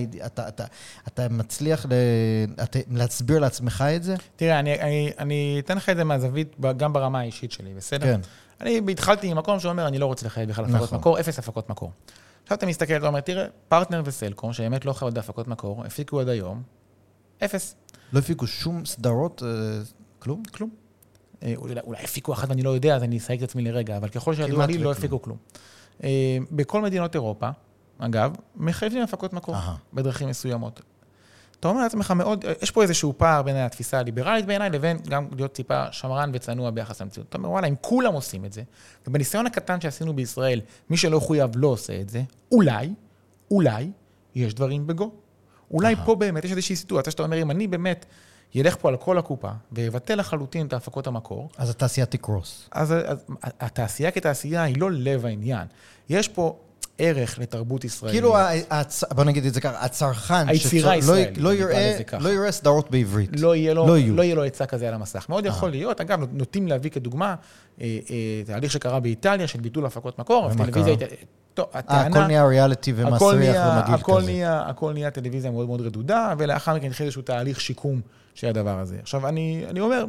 אתה מצליח להסביר לעצמך את זה? תראה, אני אתן לך את זה מהזווית גם ברמה האישית שלי, בסדר? כן. אני התחלתי עם מקום שאומר, אני לא רוצה לחייב בכלל הפקות מקור, 0 הפקות מקור. עכשיו אתה מסתכל, אתה אומר, תראה, פרטנר וסלקום, שבאמת לא חייבות בהפקות מקור, הפיקו עד היום, 0. לא הפיקו שום סדרות, כלום? כלום. אולי הפיקו אחת ואני לא יודע, אז אני אסייג את עצמי לרגע, אבל ככל שידוע לי, לא הפיקו כלום. בכל מדינות אירופה, אגב, מחייבים הפקות מקור בדרכים מסוימות. אתה אומר לעצמך מאוד, יש פה איזשהו פער בין התפיסה הליברלית בעיניי, לבין גם להיות טיפה שמרן וצנוע ביחס למציאות. אתה אומר, וואלה, אם כולם עושים את זה, ובניסיון הקטן שעשינו בישראל, מי שלא חויב לא עושה את זה, אולי יש דברים בגו. אולי פה באמת יש איזושהי סיטואציה שאתה אומר, אם אני באמת ילך פה על כל הקופה, ויבטל לחלוטין את ההפקות המקור. אז התעשייה תקרוס. אז התעשייה כתעשייה היא לא לב העניין. יש פה ערך לתרבות ישראלית. כאילו, בוא נגיד את זה ככה, הצרכן, היצירה הישראלית, לא יראה סדרות בעברית. לא יהיה לו היצע כזה על המסך. מאוד יכול להיות, אגב, נוטים להביא כדוגמה, תהליך שקרה באיטליה של ביטול הפקות מקור, הטלוויזיה, הכל נהיה ריאליטי ומסריח ומגעיל כזה. הכל נהיה טלוויזיה מאוד מאוד רדודה, ולאחר מכן התחיל איזשהו תהליך שיקום של הדבר הזה. עכשיו, אני אומר,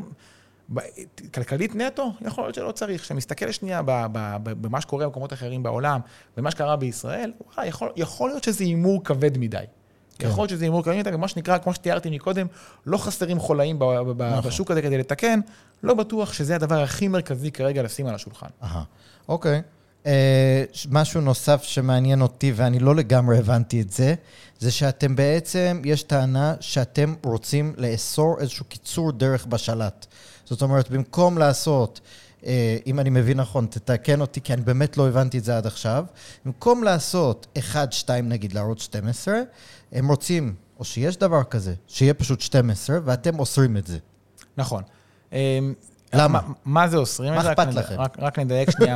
כלכלית נטו, יכול להיות שלא צריך. כשמסתכל שנייה במה שקורה במקומות אחרים בעולם, במה שקרה בישראל, יכול להיות שזה אימור כבד מדי. יכול להיות שזה אימור כבד מדי, ומה שנקרא, כמו שתיארתי מקודם, לא חסרים חולאים בשוק הזה כדי לתקן, לא בטוח שזה הדבר הכי מרכזי כרגע לשים על השולחן. אוקיי. משהו נוסף שמעניין אותי, ואני לא לגמרי הבנתי את זה, זה שאתם בעצם, יש טענה שאתם רוצים לאסור איזשהו קיצור דרך בשלט. זאת אומרת, במקום לעשות, אם אני מבין נכון, תתקן אותי, כי אני באמת לא הבנתי את זה עד עכשיו, במקום לעשות 1-2 נגיד לערוץ 12, הם רוצים, או שיש דבר כזה, שיהיה פשוט 12, ואתם אוסרים את זה. נכון. למה? מה זה אוסרים? מה אכפת לכם? רק נדייק שנייה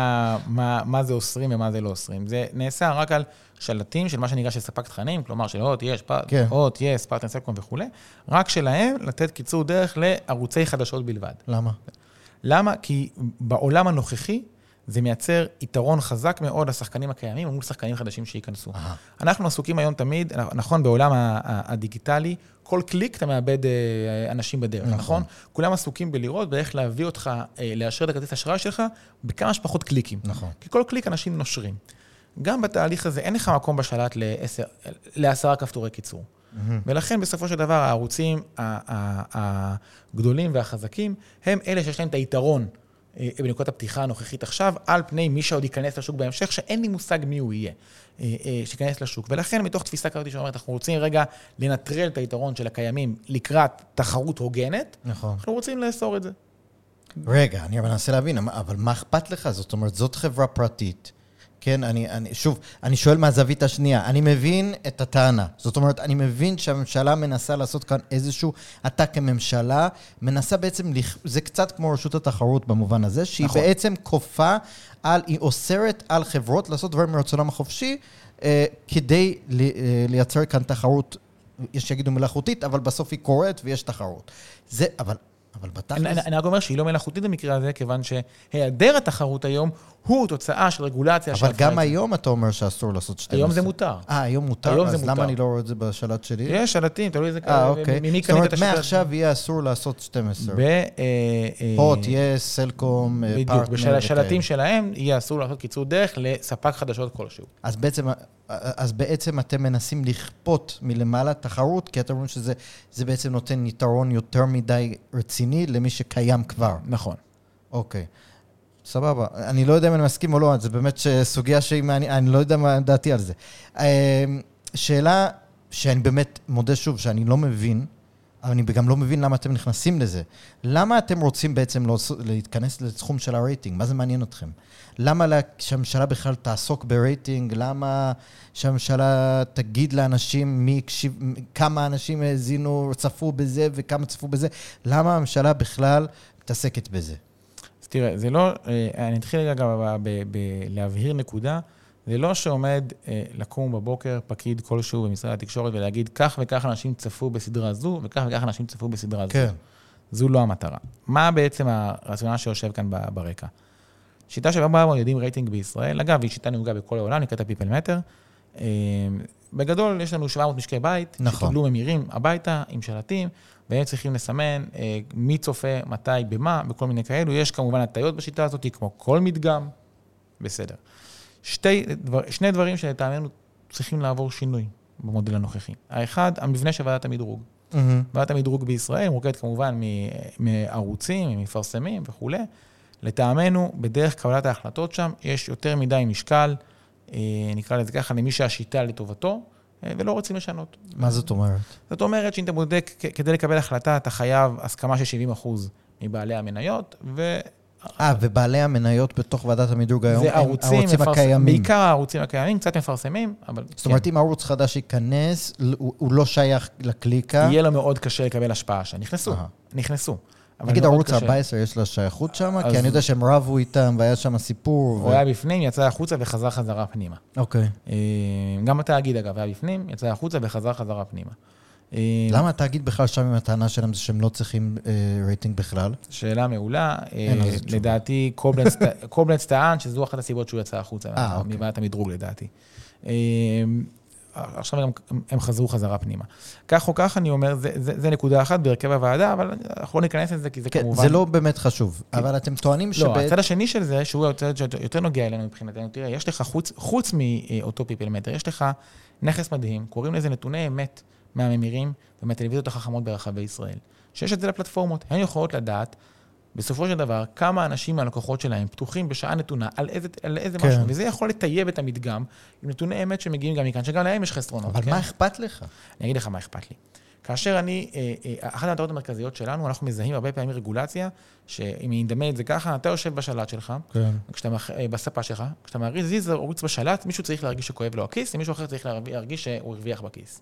מה זה אוסרים ומה זה לא אוסרים. זה נעשה רק על שלטים של מה שנקרא של ספק תכנים, כלומר של הוט, יס, פרטנר סלקום וכו', רק שלהם לתת קיצור דרך לערוצי חדשות בלבד. למה? למה? כי בעולם הנוכחי זה מייצר יתרון חזק מאוד לשחקנים הקיימים, מול שחקנים חדשים שייכנסו. אנחנו עסוקים היום תמיד, נכון, בעולם הדיגיטלי, כל קליק אתה מאבד אנשים בדרך, נכון? כולם עסוקים בלראות באיך להביא אותך, לאשר את הכרטיס האשראי שלך, בכמה שפחות קליקים. נכון. כי כל קליק אנשים נושרים. גם בתהליך הזה אין לך מקום בשלט ל10 כפתורי קיצור. ולכן בסופו של דבר הערוצים הגדולים והחזקים, הם אלה שיש להם את היתרון בנקודת הפתיחה הנוכחית עכשיו, על פני מי שעוד ייכנס לשוק בהמשך, שאין לי מושג מי הוא יהיה, שיכנס לשוק. ולכן מתוך תפיסה כזאת שאומרת, אנחנו רוצים רגע לנטרל את היתרון של הקיימים לקראת תחרות הוגנת, נכון. אנחנו רוצים לאסור את זה. רגע, אני מנסה להבין, אבל מה אכפת לך? זאת אומרת, זאת חברה פרטית. כן, שוב, אני שואל מהזווית השנייה, אני מבין את הטענה. זאת אומרת, אני מבין שהממשלה מנסה לעשות כאן איזשהו, אתה כממשלה, מנסה בעצם, זה קצת כמו רשות התחרות במובן הזה, שהיא נכון. בעצם כופה היא אוסרת על חברות לעשות דברים מרצונם החופשי, כדי לייצר כאן תחרות, יש שיגידו מלאכותית, אבל בסוף היא קורית ויש תחרות. זה, אבל בתכלס... אני רק אומר שהיא לא מלאכותית במקרה הזה, כיוון שהיעדר התחרות היום הוא תוצאה של רגולציה. אבל גם היום אתה אומר שאסור לעשות 12. היום זה מותר. היום מוטר? אז למה אני לא רואה את זה בשלט שלי? יש שלטים, תלוי איזה... אוקיי. זאת אומרת, מעכשיו יהיה אסור לעשות 12. הוט, יס, סלקום, פרטנר. בשלטים שלהם יהיה אסור לעשות קיצור דרך לספק חדשות כלשהו. אז בעצם אתם מנסים לכפות מלמעלה תחרות, כי אתם אומרים שזה בעצם נותן יתרון יותר מדי רציני למי שקיים כבר. נכון. אוקיי. סבבה. אני לא יודע אם אני מסכים או לא, זה באמת סוגיה אני לא יודע מה דעתי על זה. שאלה שאני באמת מודה שוב, שאני לא מבין, אבל אני גם לא מבין למה אתם נכנסים לזה. למה אתם רוצים בעצם להתכנס לתחום של הרייטינג? מה זה מעניין אתכם? למה שהממשלה בכלל תעסוק ברייטינג? למה שהממשלה תגיד לאנשים כמה אנשים האזינו, צפו בזה וכמה צפו בזה? למה הממשלה בכלל מתעסקת בזה? אז תראה, זה לא, אני אתחיל רגע להבהיר נקודה, זה לא שעומד לקום בבוקר פקיד כלשהו במשרד התקשורת ולהגיד כך וכך אנשים צפו בסדרה זו וכך וכך אנשים צפו בסדרה זו. כן. זו לא המטרה. מה בעצם הרציונל שיושב כאן ברקע? שיטה שבה יודעים רייטינג בישראל, אגב, היא שיטה נהוגה בכל העולם, נקראת הפיפלמטר. בגדול, יש לנו 700 משקי בית, שקיבלו ממירים הביתה עם שלטים, והם צריכים לסמן מי צופה, מתי, במה, בכל מיני כאלו. יש כמובן הטעיות בשיטה הזאת, כמו כל מדגם, בסדר. שני דברים שלטעמנו צריכים לעבור שינוי במודל הנוכחי. האחד, המבנה של ועדת המדרוג. ועדת המדרוג בישראל מורכבת כמובן מערוצים, ממפרסמים וכו'. לטעמנו, בדרך קבלת ההחלטות שם, יש יותר מדי משקל, נקרא לזה ככה, למי שהשיטה לטובתו, ולא רוצים לשנות. מה זאת אומרת? זאת אומרת שאם אתה בודק, כדי לקבל החלטה, אתה חייב הסכמה של 70% מבעלי המניות, ובעלי המניות בתוך ועדת המדרוג היום, זה הערוצים הקיימים. בעיקר הערוצים הקיימים, קצת מפרסמים, אבל... זאת אומרת, אם ערוץ חדש ייכנס, הוא לא שייך לקליקה. יהיה לו מאוד קשה לקבל השפעה נכנסו. נגיד ערוץ 14 יש לה שייכות שם, כי אני יודע שהם רבו איתם והיה שם סיפור. הוא היה בפנים, יצא החוצה וחזר חזרה פנימה. אוקיי. גם התאגיד אגב היה בפנים, יצא החוצה וחזר חזרה פנימה. למה התאגיד בכלל שם עם הטענה שלהם זה שהם לא צריכים רייטינג בכלל? שאלה מעולה. לדעתי קובלנץ טען שזו אחת הסיבות שהוא יצא החוצה מוועדת המדרוג לדעתי. עכשיו הם חזרו חזרה פנימה. כך או כך אני אומר, זה נקודה אחת בהרכב הוועדה, אבל אנחנו לא ניכנס לזה, כי זה כמובן... זה לא באמת חשוב, אבל אתם טוענים לא, הצד השני של זה, שהוא יותר נוגע אלינו מבחינתנו, תראה, יש לך חוץ מאותו פיפלמטר, יש לך נכס מדהים, קוראים לזה נתוני אמת מהממירים ומהטלוויזיות החכמות ברחבי ישראל. שיש את זה לפלטפורמות, הן יכולות לדעת, בסופו של דבר, כמה אנשים מהלקוחות שלהם פתוחים בשעה נתונה על איזה משהו, וזה יכול לטייב את המדגם עם נתוני אמת שמגיעים גם מכאן, שגם להם יש חסרונות. אבל מה אכפת לך? אני אגיד לך מה אכפת לי. כאשר אחת המטרות המרכזיות שלנו, אנחנו מזהים הרבה פעמים רגולציה, שאם אני אדמה את זה ככה, אתה יושב בשלט שלך, בספה שלך, כשאתה מריץ ערוץ בשלט, מישהו צריך להרגיש שכואב לו הכיס, ומישהו אחר צריך להרגיש שהוא הרוויח בכיס.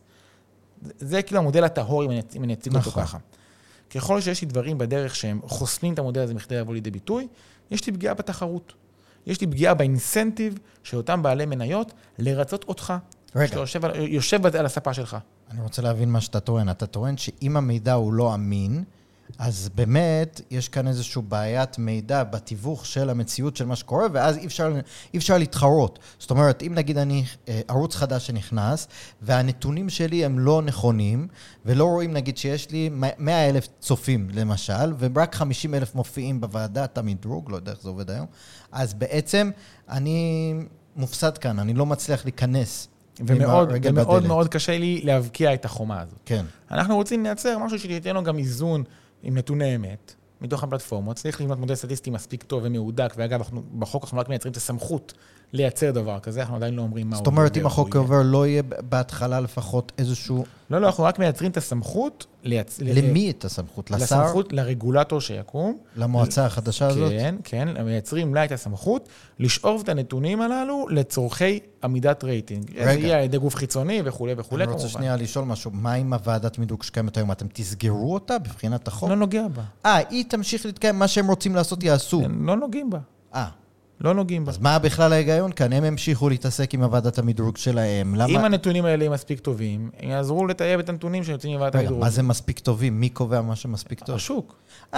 זה כאילו המודל הטהור, אם אני אציג אותו ככה. ככל שיש לי דברים בדרך שהם חוסמים את המודל הזה מכדי לבוא לידי ביטוי, יש לי פגיעה בתחרות. יש לי פגיעה באינסנטיב של אותם בעלי מניות לרצות אותך. רגע. יושב על הספה שלך. אני רוצה להבין מה שאתה טוען. אתה טוען שאם המידע הוא לא אמין, אז באמת יש כאן איזושהי בעיית מידע בתיווך של המציאות של מה שקורה, ואז אי אפשר להתחרות. זאת אומרת, אם נגיד אני ערוץ חדש שנכנס, והנתונים שלי הם לא נכונים, ולא רואים נגיד שיש לי 100,000 צופים למשל, ורק 50,000 מופיעים בוועדת המדרוג, לא יודע איך זה עובד היום, אז בעצם אני מופסד כאן, אני לא מצליח להיכנס. ומאוד מאוד קשה לי להבקיע את החומה הזאת. כן. אנחנו רוצים לייצר משהו שייתן לו גם איזון עם נתוני אמת, מתוך הפלטפורמות, צריך לבנות מודל סטטיסטי מספיק טוב ומהודק, ואגב, בחוק אנחנו רק מייצרים את הסמכות לייצר דבר כזה, אנחנו עדיין לא אומרים מה הוא. זאת אומרת, אם החוק עובר, לא יהיה בהתחלה לפחות איזשהו... לא, אנחנו רק מייצרים את הסמכות... למי את הסמכות? לשר? לסמכות, לרגולטור שיקום. למועצה החדשה הזאת? כן, מייצרים לה את הסמכות, לשאוב את הנתונים הללו לצורכי עמידת רייטינג. זה יהיה על ידי גוף חיצוני וכו' וכו'. אני רוצה שנייה לשאול משהו, מה עם הוועדת מדרוג שקיימת היום? אתם תסגרו אותה בבחינת החוק? לא נוגע בה. היא תמשיך להתקיים, מה שהם רוצים לעשות יעשו. לא נוגעים בה. לא נוגעים בה. אז מה בכלל ההיגיון כאן? הם המשיכו להתעסק עם הוועדת המדרוג שלהם. אם הנתונים האלה הם מספיק טובים, הם יעזרו לטייב את הנתונים שיוצאים מוועדת המדרוג. מה זה מספיק טובים? מי קובע מה שמספיק טוב? השוק.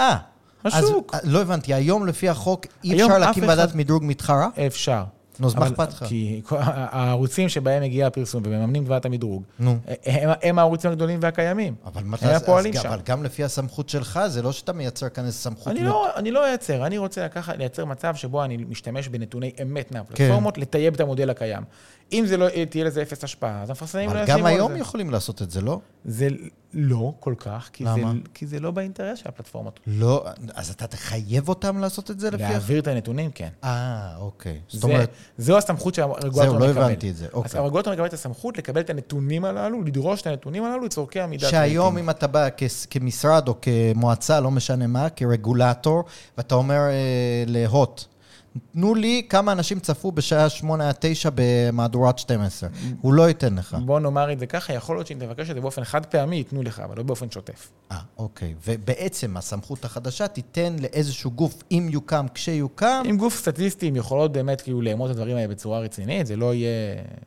השוק. לא הבנתי, היום לפי החוק אי אפשר להקים ועדת מדרוג מתחרה? אפשר. נו, אז מה אכפת לך? כי הערוצים שבהם הגיע הפרסום ומממנים ועדת המדרוג, הם הערוצים הגדולים והקיימים. אבל גם לפי הסמכות שלך, זה לא שאתה מייצר כאן איזו סמכות. אני לא אייצר, אני רוצה לייצר מצב שבו אני משתמש בנתוני אמת מהפלטפורמות, לטייב את המודל הקיים. אם זה לא תהיה לזה אפס השפעה, אז המפרסמים לא ישימו על זה. אבל גם היום יכולים לעשות את זה, לא? זה לא כל כך, כי זה לא באינטרס של הפלטפורמות. לא, אז אתה תחייב אותם לעשות את זה לפי... להעביר את הנתונים, כן. אוקיי. זאת אומרת... זו הסמכות שהרגולטור מקבל. זהו, לא הבנתי את זה, אוקיי. הרגולטור מקבל את הסמכות לקבל את הנתונים הללו, לדרוש את הנתונים הללו לצורכי עמידת שהיום אם אתה בא כמשרד או כמועצה, לא משנה מה, כרגולטור, ואתה אומר להוט, תנו לי כמה אנשים צפו בשעה 8-9 במהדורת 12. הוא לא ייתן לך. בוא נאמר את זה ככה, יכול להיות שאם תבקש את זה באופן חד פעמי, ייתנו לך, אבל לא באופן שוטף. אוקיי. ובעצם הסמכות החדשה תיתן לאיזשהו גוף, אם יוקם, כשיוקם. אם גוף סטטיסטי, הם יכולות באמת כאילו לאמוד את הדברים האלה בצורה רצינית, זה לא יהיה...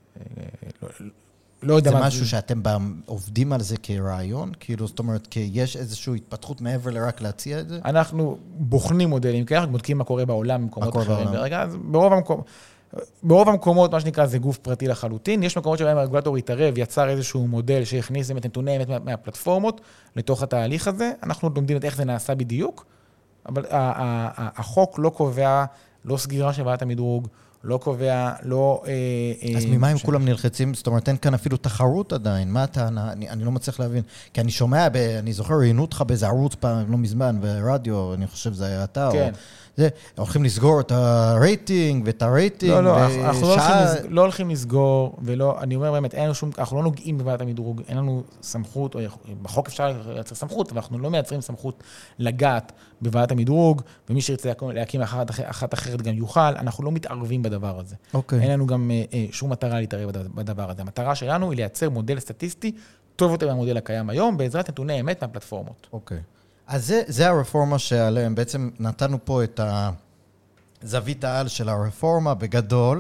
זה משהו שאתם עובדים על זה כרעיון? כאילו, זאת אומרת, כי יש איזושהי התפתחות מעבר לרק להציע את זה? אנחנו בוחנים מודלים כאלה, בודקים מה קורה בעולם, במקומות אחרים. אז ברוב המקומות, מה שנקרא, זה גוף פרטי לחלוטין. יש מקומות שבהם הרגולטור יתערב, יצר איזשהו מודל שהכניס את נתוני אמת מהפלטפורמות לתוך התהליך הזה. אנחנו לומדים את איך זה נעשה בדיוק, אבל החוק לא קובע לא סגירה של ועדת המדרוג, לא קובע, לא... אז ממה הם כולם נלחצים? זאת אומרת, אין כאן אפילו תחרות עדיין. מה הטענה? אני לא מצליח להבין. כי אני שומע, אני זוכר, ראיינו אותך באיזה ערוץ פעם, לא מזמן, ברדיו, אני חושב שזה היה אתה, כן. הולכים לסגור את הרייטינג ואת הרייטינג. אנחנו לא הולכים לסגור, ולא, אני אומר באמת, אנחנו לא נוגעים בוועדת המדרוג, אין לנו סמכות, או בחוק אפשר לייצר סמכות, אבל אנחנו לא מייצרים סמכות לגעת בוועדת המדרוג, ומי שירצה להקים אחת אחרת גם יוכל, אנחנו לא מתערבים בדבר הזה. אין לנו גם שום מטרה להתערב בדבר הזה. המטרה שלנו היא לייצר מודל סטטיסטי טוב יותר מהמודל הקיים היום, בעזרת נתוני אמת מהפלטפורמות. אוקיי. אז זה הרפורמה שעליהם, בעצם נתנו פה את הזווית העל של הרפורמה בגדול,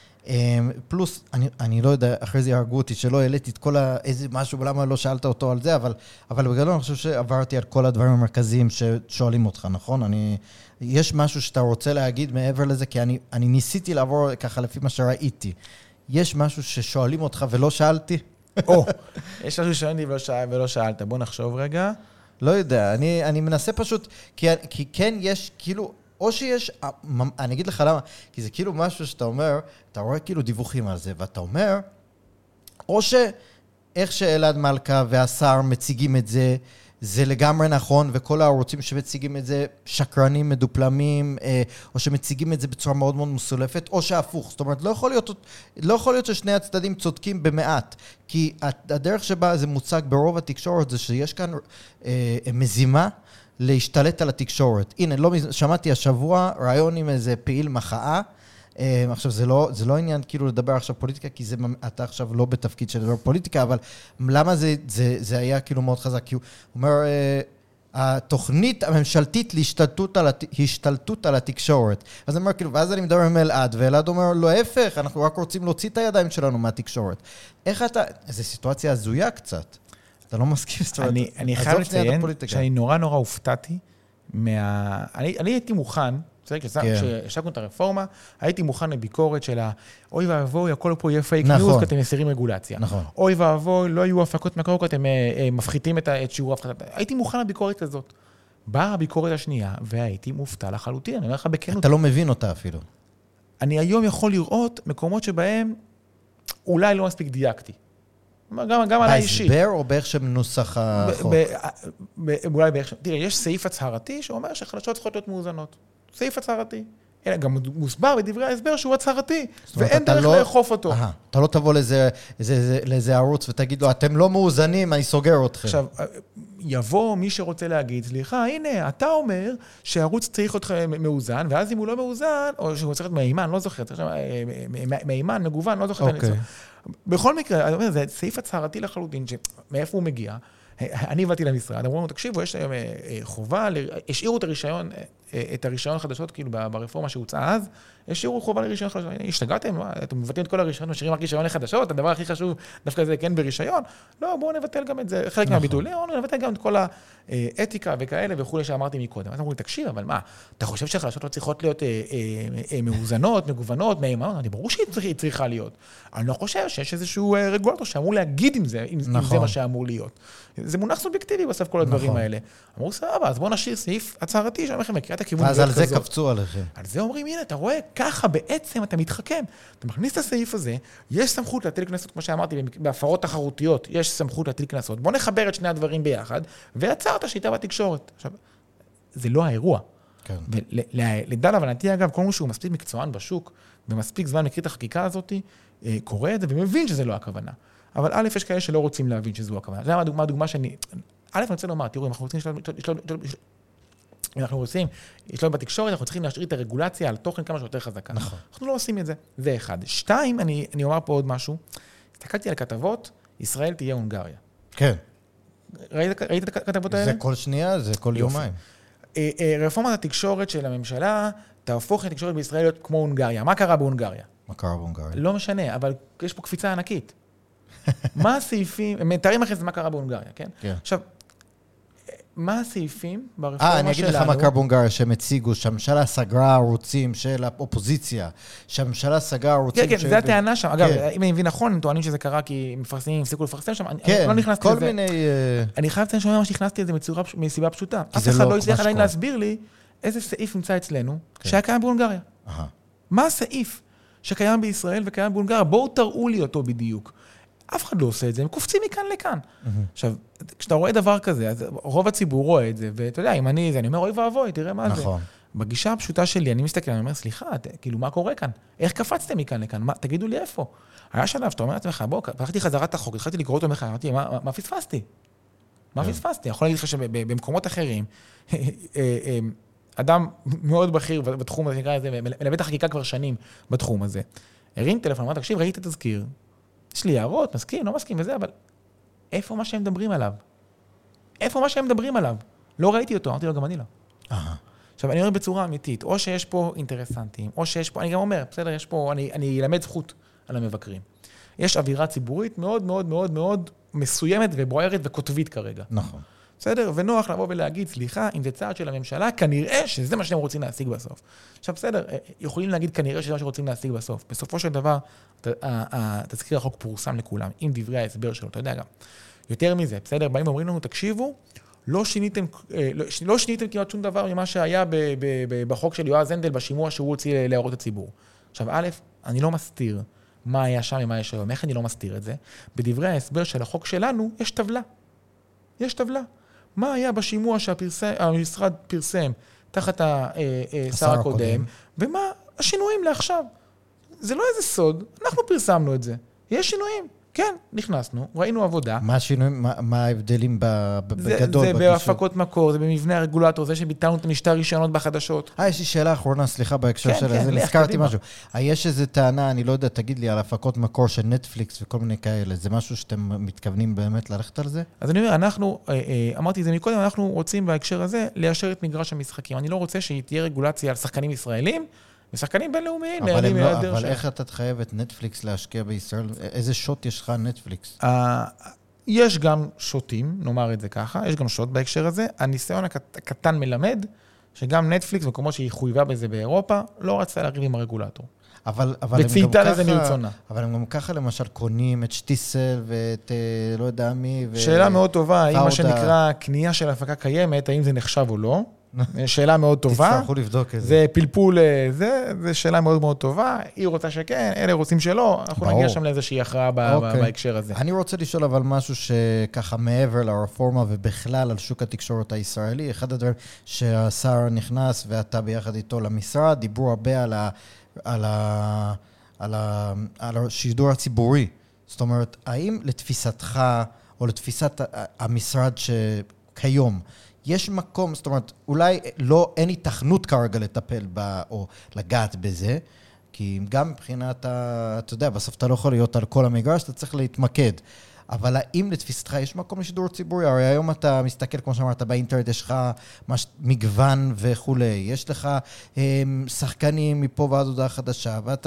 פלוס, אני לא יודע, אחרי זה יהרגו אותי שלא העליתי את כל איזה משהו, ולמה לא שאלת אותו על זה, אבל בגדול אני חושב שעברתי על כל הדברים המרכזיים ששואלים אותך, נכון? יש משהו שאתה רוצה להגיד מעבר לזה, כי אני ניסיתי לעבור ככה לפי מה שראיתי. יש משהו ששואלים אותך ולא שאלתי? יש משהו ששואלתי ולא שאלת, בוא נחשוב רגע. לא יודע, אני מנסה פשוט, כי כן יש כאילו, או שיש, אני אגיד לך למה, כי זה כאילו משהו שאתה אומר, אתה רואה כאילו דיווחים על זה, ואתה אומר, או שאיך שאלעד מלכה והשר מציגים את זה, זה לגמרי נכון, וכל הערוצים שמציגים את זה שקרנים, מדופלמים, או שמציגים את זה בצורה מאוד מאוד מסולפת, או שהפוך. זאת אומרת, לא יכול להיות ששני הצדדים צודקים במעט, כי הדרך שבה זה מוצג ברוב התקשורת זה שיש כאן מזימה להשתלט על התקשורת. הנה, שמעתי השבוע רעיון עם איזה פעיל מחאה, עכשיו זה לא עניין כאילו לדבר עכשיו פוליטיקה, כי אתה עכשיו לא בתפקיד של לדבר פוליטיקה, אבל למה זה היה כאילו מאוד חזק? כי הוא אומר, התוכנית הממשלתית להשתלטות על התקשורת. אז אני אומר, כאילו, ואז אני מדבר עם אלעד, ואלעד אומר, לא ההפך, אנחנו רק רוצים להוציא את הידיים שלנו מהתקשורת. איך אתה, איזו סיטואציה הזויה קצת. אתה לא מסכים? אני חייב לציין שאני נורא הופתעתי אני הייתי מוכן, כשהשקנו את הרפורמה, הייתי מוכן לביקורת של אוי ואבוי, הכל פה יהיה פייק ניוז, כי אתם מסירים רגולציה. אוי ואבוי, לא יהיו הפקות מקור, כי אתם מפחיתים את שיעור ההפחתת. הייתי מוכן לביקורת הזאת. באה הביקורת השנייה, והייתי מופתע לחלוטין, אני אומר לך בכנות. אתה לא מבין אותה אפילו. אני היום יכול לראות מקומות שבהם אולי לא מספיק דייקתי. גם על האישית. בהסבר או באיך שמנוסח החוק? אולי באיך תראה, יש סעיף הצהרתי שאומר שחדשות צריכות להיות מאוזנות. סעיף הצהרתי. אלא גם מוסבר בדברי ההסבר שהוא הצהרתי, ואין דרך לאכוף אותו. אתה לא תבוא לאיזה ערוץ ותגיד לו, אתם לא מאוזנים, אני סוגר אתכם. עכשיו, יבוא מי שרוצה להגיד, סליחה, הנה, אתה אומר שהערוץ צריך להיות מאוזן, ואז אם הוא לא מאוזן, או שהוא צריך להיות מהימן, לא זוכר, מהימן, מגוון, לא זוכר. בכל מקרה, זה סעיף הצהרתי לחלוטין, מאיפה הוא מגיע, אני באתי למשרד, אמרו לנו, תקשיבו, יש חובה, השאירו את הרישיון חדשות, כאילו ברפורמה שהוצאה אז, השאירו חובה לרישיון חדשות. השתגעתם? אתם מבטלים את כל הרישיון, משאירים רק רישיון לחדשות, הדבר הכי חשוב דווקא זה כן ברישיון. לא, בואו נבטל גם את זה, חלק מהביטול. לא, נבטל גם את כל האתיקה וכאלה וכולי שאמרתי מקודם. אז אמרו לי, תקשיב, אבל מה, אתה חושב שהחדשות לא צריכות להיות מאוזנות, מגוונות, מהימנות? אני ברור שהיא צריכה להיות. אני לא חושב שיש איזשהו רגולטור שאמור להגיד אם זה מה שאמור להיות. זה מונח סובייקטיבי בסוף כל הדברים האלה. אמרו, סבבה, אז בואו נשאיר סעיף הצהרתי שאומר לכם, מכירה את הכיוון אז על זה קפצו עליכם. על זה אומרים, הנה, אתה רואה, ככה בעצם אתה מתחכם. אתה מכניס את הסעיף הזה, יש סמכות להטיל קנסות, כמו שאמרתי, בהפרות תחרותיות, יש סמכות להטיל קנסות. בוא נחבר את שני הדברים ביחד, ויצר את השיטה בתקשורת. עכשיו, זה לא האירוע. כן. לדע להבנתי, אגב, כל מי שהוא מספיק מקצוען בשוק, ומספיק זמן מכיר את החקיקה הזאת, קורא את זה ומבין שזה לא הכוונה. אבל א', יש כאלה שלא רוצים להבין שזו הכוונה. זה הדוגמה שאני... א', אני רוצה לומר, תראו, אם אנחנו רוצים לשלוט בתקשורת, אנחנו צריכים להשאיר את הרגולציה על תוכן כמה שיותר חזקה. נכון. אנחנו לא עושים את זה. זה אחד. שתיים, אני אומר פה עוד משהו. הסתכלתי על הכתבות, ישראל תהיה הונגריה. כן. ראית את הכתבות האלה? זה כל שנייה, זה כל יומיים. רפורמת התקשורת של הממשלה תהפוך את התקשורת בישראל להיות כמו הונגריה. מה קרה בהונגריה? מה קרה בהונגריה? לא משנה, אבל יש פה קפיצה ענקית. מה הסעיפים, הם מתארים אחרי זה מה קרה בהונגריה, כן? כן. עכשיו, מה הסעיפים ברפורמה שלנו? אני אגיד לך מה קרה בהונגריה, שהם הציגו, שהממשלה סגרה ערוצים של האופוזיציה, שהממשלה סגרה ערוצים כן, כן, זה הטענה שם. אגב, אם אני מבין נכון, הם טוענים שזה קרה כי מפרסמים, הפסיקו לפרסם שם. כן, לא נכנסתי לזה. כל מיני... אני חייב לציין שאומר שהכנסתי את זה מסיבה פשוטה. אף אחד לא הצליח עדיין להסביר לי איזה סעיף נמצא אצלנו, שהיה קיים בהונגריה. מה הסעיף שקיים בישראל וקיים בבולגריה, בואו תראו לי אותו בדיוק. אף אחד לא עושה את זה, הם קופצים מכאן לכאן. עכשיו, כשאתה רואה דבר כזה, אז רוב הציבור רואה את זה, ואתה יודע, אם אני אומר, אוי ואבוי, תראה מה זה. נכון. בגישה הפשוטה שלי, אני מסתכל, אני אומר, סליחה, כאילו, מה קורה כאן? איך קפצתם מכאן לכאן? תגידו לי איפה? היה שלב שאתה אומר לעצמך, בוא, פתחתי חזרת החוק, התחלתי לקרוא אותו מחר, אמרתי, מה פספסתי? מה פספסתי? יכול להגיד לך שבמקומות אחרים, אדם מאוד בכיר בתחום הזה, נקרא לזה, מלמד החקיקה כבר שנים בתחום הזה. הרים טלפון, אמר, תקשיב, ראית את התזכיר, יש לי הערות, מסכים, לא מסכים וזה, אבל איפה מה שהם מדברים עליו? איפה מה שהם מדברים עליו? לא ראיתי אותו, אמרתי לו, גם אני לא. עכשיו, אני אומר בצורה אמיתית, או שיש פה אינטרסנטים, או שיש פה, אני גם אומר, בסדר, יש פה, אני אלמד זכות על המבקרים. יש אווירה ציבורית מאוד מאוד מאוד מאוד מסוימת ובוערת וכותבית כרגע. נכון. בסדר? ונוח לבוא ולהגיד, סליחה, אם זה צעד של הממשלה, כנראה שזה מה שאתם רוצים להשיג בסוף. עכשיו, בסדר, יכולים להגיד כנראה שזה מה שרוצים להשיג בסוף. בסופו של דבר, תזכיר החוק פורסם לכולם, עם דברי ההסבר שלו, אתה יודע גם. יותר מזה, בסדר? באים ואומרים לנו, תקשיבו, לא שיניתם כמעט שום דבר ממה שהיה בחוק של יועז הנדל, בשימוע שהוא הוציא להערות הציבור. עכשיו, א', אני לא מסתיר מה היה שם ומה יש היום. איך אני לא מסתיר את זה? בדברי ההסבר של החוק שלנו, יש טבלה. יש טבלה. מה היה בשימוע שהמשרד פרסם תחת השר הקודם, ומה השינויים לעכשיו. זה לא איזה סוד, אנחנו פרסמנו את זה. יש שינויים. כן, נכנסנו, ראינו עבודה. מה השינויים, מה ההבדלים בגדול? זה בהפקות מקור, זה במבנה הרגולטור, זה שביטלנו את המשטר רישיונות בחדשות. יש לי שאלה אחרונה, סליחה, בהקשר של זה, נזכרתי משהו. יש איזו טענה, אני לא יודע, תגיד לי, על הפקות מקור של נטפליקס וכל מיני כאלה, זה משהו שאתם מתכוונים באמת ללכת על זה? אז אני אומר, אמרתי את זה מקודם, אנחנו רוצים בהקשר הזה ליישר את מגרש המשחקים. אני לא רוצה שתהיה רגולציה על שחקנים ישראלים, ושחקנים בינלאומיים. אבל איך אתה תחייב את נטפליקס להשקיע בישראל? איזה שוט יש לך נטפליקס? יש גם שוטים, נאמר את זה ככה, יש גם שוט בהקשר הזה. הניסיון הקטן מלמד, שגם נטפליקס, מקומות שהיא חויבה בזה באירופה, לא רצה להריב עם הרגולטור. וצייתה לזה מרצונה. אבל הם גם ככה למשל קונים את שטיסל ואת לא יודע מי. שאלה מאוד טובה, האם מה שנקרא קנייה של הפקה קיימת, האם זה נחשב או לא? שאלה מאוד טובה. תצטרכו לבדוק את זה. זה פלפול, זה שאלה מאוד מאוד טובה. היא רוצה שכן, אלה רוצים שלא. אנחנו נגיע שם לאיזושהי הכרעה בהקשר הזה. אני רוצה לשאול אבל משהו שככה מעבר לרפורמה ובכלל על שוק התקשורת הישראלי. אחד הדברים שהשר נכנס ואתה ביחד איתו למשרד, דיברו הרבה על השידור הציבורי. זאת אומרת, האם לתפיסתך או לתפיסת המשרד שכיום, יש מקום, זאת אומרת, אולי אין התכנות כרגע לטפל בה או לגעת בזה, כי גם מבחינת, אתה יודע, בסוף אתה לא יכול להיות על כל המגרש, אתה צריך להתמקד. אבל האם לתפיסתך יש מקום לשידור ציבורי? הרי היום אתה מסתכל, כמו שאמרת, באינטרנט יש לך מגוון וכו'. יש לך שחקנים מפה ועד הודעה חדשה, ואתה...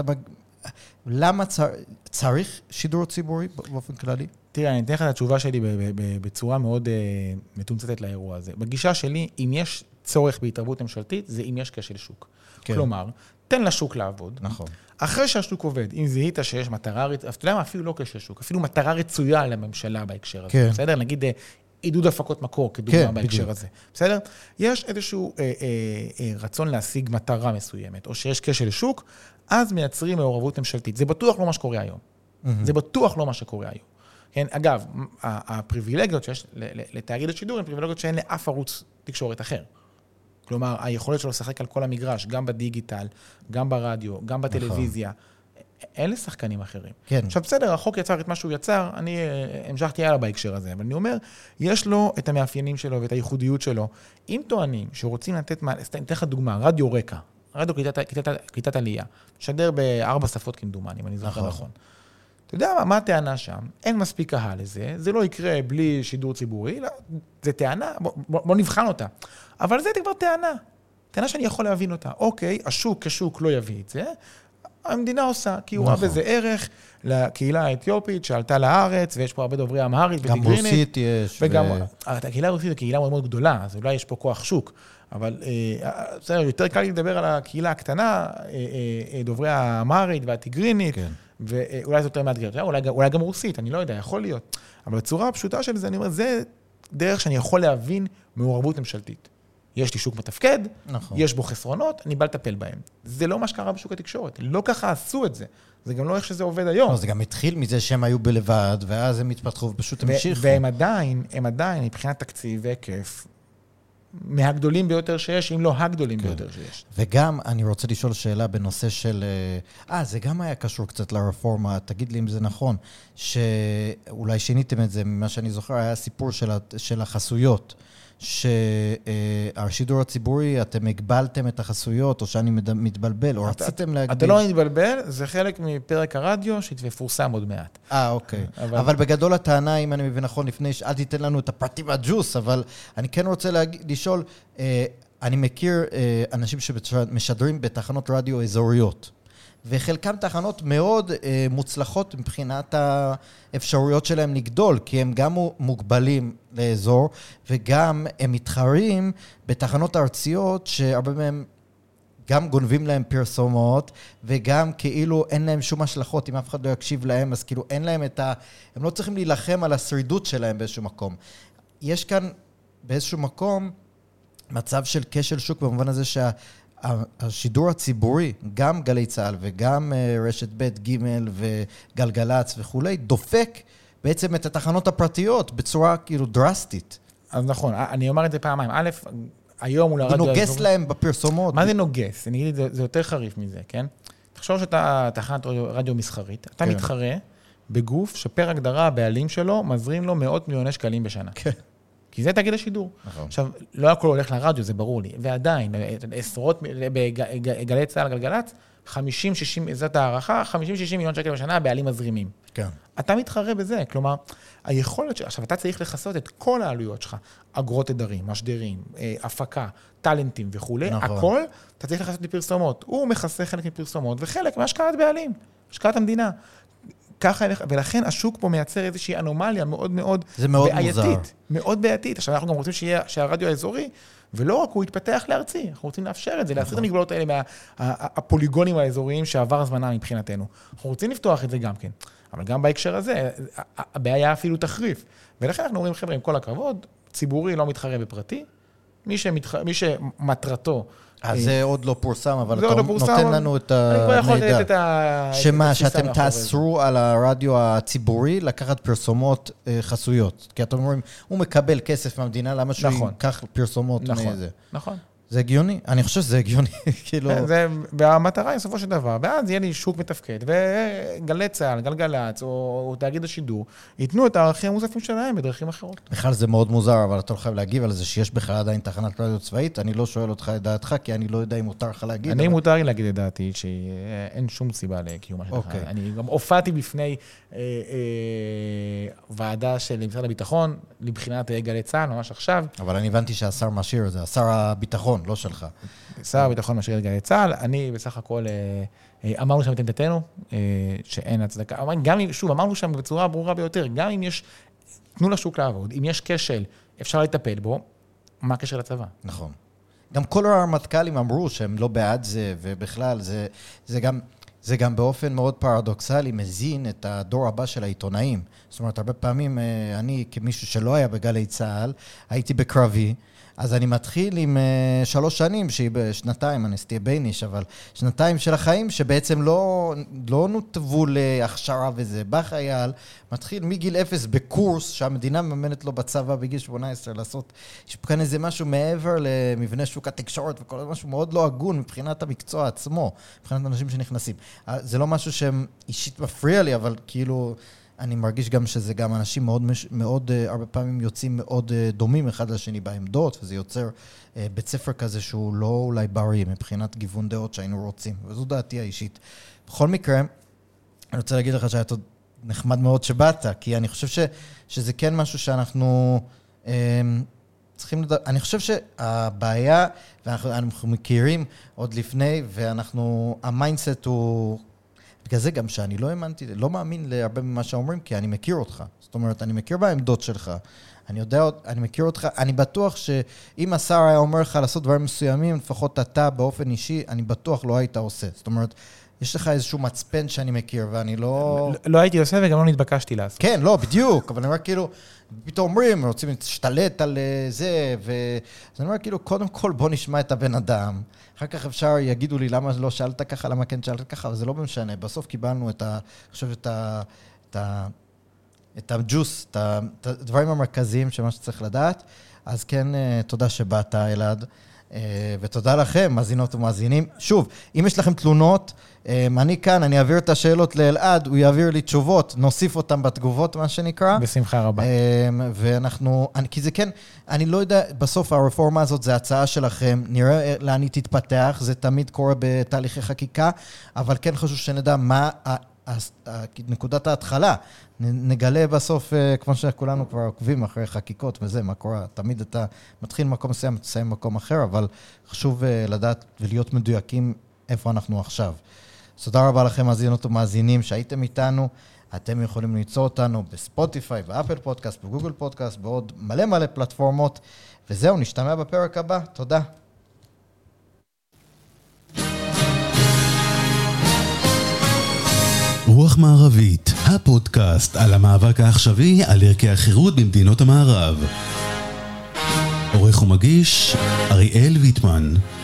למה צריך שידור ציבורי באופן כללי? תראה, אני אתן לך את התשובה שלי בצורה מאוד מתומצתת לאירוע הזה. בגישה שלי, אם יש צורך בהתערבות ממשלתית, זה אם יש כשל שוק. כן. כלומר, תן לשוק לעבוד. נכון. אחרי שהשוק עובד, אם זיהית שיש מטרה, אתה יודע מה, אפילו לא כשל שוק, אפילו מטרה רצויה לממשלה בהקשר הזה. כן. בסדר? נגיד עידוד הפקות מקור, כדוגמה כן, בהקשר בדיוק. הזה. בסדר? יש איזשהו רצון להשיג מטרה מסוימת, או שיש כשל שוק, אז מייצרים מעורבות ממשלתית. זה בטוח לא מה שקורה היום. זה בטוח לא מה שקורה היום. כן? אגב, הפריבילגיות שיש לתאגיד השידור, הן פריבילגיות שאין לאף ערוץ תקשורת אחר. כלומר, היכולת שלו לשחק על כל המגרש, גם בדיגיטל, גם ברדיו, גם בטלוויזיה, אין לשחקנים אחרים. כן. עכשיו, בסדר, החוק יצר את מה שהוא יצר, אני המשכתי הלאה בהקשר הזה, אבל אני אומר, יש לו את המאפיינים שלו ואת הייחודיות שלו. אם טוענים שרוצים לתת, אתן לך דוגמה, רדיו רקע, רדיו קליטת עלייה, שדר ב4 שפות כמדומני, אם אני זוכר נכון. אתה יודע מה הטענה שם? אין מספיק קהל לזה, זה לא יקרה בלי שידור ציבורי, לא, זה טענה, בוא נבחן אותה. אבל זה כבר טענה שאני יכול להבין אותה. אוקיי, השוק כשוק לא יביא את זה, המדינה עושה, כי הוא רואה בזה ערך לקהילה האתיופית שעלתה לארץ, ויש פה הרבה דוברי אמהרית וטיגרינית. גם רוסית יש. וגם, הקהילה הרוסית היא קהילה מאוד מאוד גדולה, אז אולי יש פה כוח שוק, אבל בסדר, יותר קל לי לדבר על הקהילה הקטנה, דוברי האמהרית והטיגרינית, כן. ואולי זה יותר מאתגר, אולי גם רוסית, אני לא יודע, יכול להיות. אבל בצורה הפשוטה של זה, אני אומר, זה דרך שאני יכול להבין מעורבות ממשלתית. יש לי שוק מתפקד, נכון. יש בו חסרונות, אני בא לטפל בהם. זה לא מה שקרה בשוק התקשורת, לא ככה עשו את זה. זה גם לא איך שזה עובד היום. זה גם התחיל מזה שהם היו בלבד, ואז הם התפתחו ופשוט המשיכו. והם עדיין, מבחינת תקציב והיקף, מהגדולים ביותר שיש, אם לא הגדולים ביותר שיש. וגם אני רוצה לשאול שאלה בנושא של... זה גם היה קשור קצת לרפורמה, תגיד לי אם זה נכון, שאולי שיניתם את זה, ממה שאני זוכר, היה סיפור של החסויות, שהשידור הציבורי, אתם הגבלתם את החסויות, או שאני מתבלבל, או רציתם להגביל... אתה לא מתבלבל, זה חלק מפרק הרדיו שיפורסם עוד מעט. אוקיי. אבל בגדול הטענה, אם אני מבין נכון, לפני אל תיתן לנו את הפרטים הג'וס, אבל אני כן רוצה לשאול, אני מכיר אנשים שמשדרים בתחנות רדיו אזוריות, וחלקם תחנות מאוד מוצלחות מבחינת האפשרויות שלהם לגדול, כי הם גם מוגבלים לאזור, וגם הם מתחרים בתחנות ארציות, שהרבה מהם גם גונבים להם פרסומות, וגם כאילו אין להם שום השלכות, אם אף אחד לא יקשיב להם, אז כאילו אין להם הם לא צריכים להילחם על השרידות שלהם באיזשהו מקום. יש כאן באיזשהו מקום מצב של כשל שוק, במובן הזה השידור הציבורי, גם גלי צהל וגם רשת ב' ג' וגלגלץ וכולי, דופק בעצם את התחנות הפרטיות בצורה כאילו דרסטית. אז נכון, אני אומר את זה פעמיים. א', היום הוא לרדיו... הוא נוגס להם בפרסומות. מה זה נוגס? אני אגיד, זה יותר חריף מזה, כן? תחשוב שאתה תחנת רדיו מסחרית, אתה מתחרה בגוף שפר הגדרה הבעלים שלו מזרים לו מאות מיליוני שקלים בשנה. כן. כי זה תאגיד השידור. עכשיו, לא הכל הולך לרדיו, זה ברור לי. ועדיין, עשרות, בגלי צהל, גלגלץ, 50-60, זאת הערכה, 50-60 מיליון שקל בשנה, הבעלים מזרימים. כן. אתה מתחרה בזה, כלומר, היכולת, עכשיו, אתה צריך לחסות את כל העלויות שלך, אגרות תדרים, משדרים, הפקה, טלנטים וכו', הכל, אתה צריך לחסות לפרסומות. הוא מכסה חלק מפרסומות, וחלק מהשקעת בעלים, השקעת המדינה. ככה, ולכן השוק פה מייצר איזושהי אנומליה מאוד מאוד בעייתית. מאוד בעייתית. עכשיו אנחנו גם רוצים שהרדיו האזורי, ולא רק הוא יתפתח לארצי, אנחנו רוצים לאפשר את זה, להסיר את המגבלות האלה מהפוליגונים האזוריים שעבר זמנם מבחינתנו. אנחנו רוצים לפתוח את זה גם כן. אבל גם בהקשר הזה, הבעיה אפילו תחריף. ולכן אנחנו אומרים, חבר'ה, עם כל הכבוד, ציבורי לא מתחרה בפרטי, מי שמטרתו, אז זה עוד לא פורסם, אבל אתה נותן לנו את המידע. שמה, שאתם תאסרו על הרדיו הציבורי לקחת פרסומות חסויות. כי אתם אומרים, הוא מקבל כסף מהמדינה, למה שהוא ייקח פרסומות מזה? נכון. זה הגיוני? אני חושב שזה הגיוני. והמטרה היא סופו של דבר. ואז יהיה לי שוק מתפקד, וגלי צהל, גלגלץ, או תאגיד השידור, ייתנו את הערכים המוספים שלהם בדרכים אחרות. בכלל זה מאוד מוזר, אבל אתה לא חייב להגיב על זה שיש בכלל עדיין תחנת רדיו צבאית. אני לא שואל אותך את דעתך, כי אני לא יודע אם מותר לך להגיד. אני מותר לי להגיד את דעתי, שאין שום סיבה לקיומה שלך. אני גם הופעתי בפני ועדה של משרד הביטחון, לבחינת גלי צהל, ממש עכשיו. אבל אני הבנתי שהשר משאיר, זה השר הביטחון, לא שלך. שר הביטחון משאיר את גלי צהל, אני בסך הכל אמרנו שם את עמדתנו, שאין הצדקה. גם אם, שוב, אמרנו שם בצורה ברורה ביותר, גם אם יש, תנו לשוק לעבוד, אם יש כשל, אפשר לטפל בו, מה הקשר לצבא? נכון. גם כל הרמטכ"לים אמרו שהם לא בעד זה, ובכלל זה גם באופן מאוד פרדוקסלי מזין את הדור הבא של העיתונאים. זאת אומרת, הרבה פעמים אני כמישהו שלא היה בגלי צהל, הייתי בקרבי, אז אני מתחיל עם 3 שנים, שהיא בשנתיים, אני סתיה בייניש, אבל שנתיים של החיים שבעצם לא נותבו להכשרה וזה. בא חייל, מתחיל מגיל 0 בקורס שהמדינה מממנת לו בצבא בגיל 18 לעשות. יש פה כאן איזה משהו מעבר למבנה שוק התקשורת וכל משהו מאוד לא הגון מבחינת המקצוע עצמו, מבחינת אנשים שנכנסים. זה לא משהו שהם אישית מפריע לי, אבל כאילו... אני מרגיש גם שזה גם אנשים מאוד הרבה פעמים יוצאים מאוד דומים אחד לשני בעמדות, וזה יוצר בית ספר כזה שהוא לא אולי בריא מבחינת גיוון דעות שהיינו רוצים, וזו דעתי האישית. בכל מקרה, אני רוצה להגיד לך שהיה נחמד מאוד שבאת, כי אני חושב שזה כן משהו שאנחנו צריכים לדעת, אני חושב שהבעיה, ואנחנו מכירים עוד לפני, המיינדסט הוא... בגלל זה גם שאני לא מאמין להרבה ממה שאומרים, כי אני מכיר אותך. זאת אומרת, אני מכיר בעמדות שלך. אני מכיר אותך. אני בטוח שאם השר היה אומר לך לעשות דברים מסוימים, לפחות אתה באופן אישי, אני בטוח לא היית עושה. זאת אומרת, יש לך איזשהו מצפן שאני מכיר, ואני לא... לא הייתי עושה וגם לא נתבקשתי לעשות. כן, לא, בדיוק, אבל אני אומר כאילו, פתאום אומרים, רוצים להשתלט על זה, אז אני אומר כאילו, קודם כל בוא נשמע את הבן אדם, אחר כך אפשר, יגידו לי למה לא שאלת ככה, למה כן שאלת ככה, אבל זה לא משנה, בסוף קיבלנו את ה... אני חושב את הג'וס, את הדברים המרכזיים שמה שצריך לדעת, אז כן, תודה שבאת, אלעד, ותודה לכם, מאזינות ומאזינים. שוב, אם יש לכם תלונות, אני כאן, אני אעביר את השאלות לאלעד, הוא יעביר לי תשובות, נוסיף אותם בתגובות, מה שנקרא. בשמחה רבה. ואנחנו, כי זה כן, אני לא יודע, בסוף הרפורמה הזאת זה הצעה שלכם, נראה לאן היא תתפתח, זה תמיד קורה בתהליכי חקיקה, אבל כן חשוב שנדע מה נקודת ההתחלה. נגלה בסוף, כמו שכולנו כבר עוקבים אחרי חקיקות וזה, מה קורה, תמיד אתה מתחיל מקום מסוים, תסיים מקום אחר, אבל חשוב לדעת ולהיות מדויקים איפה אנחנו עכשיו. תודה רבה לכם, מאזינות ומאזינים, שהייתם איתנו. אתם יכולים ליצור אותנו בספוטיפיי, באפל פודקאסט, בגוגל פודקאסט, בעוד מלא פלטפורמות. וזהו, נשתמע בפרק הבא. תודה. רוח מערבית, הפודקאסט על המאבק העכשווי על ערכי החירות במדינות המערב. עורך ומגיש, אריאל ויטמן.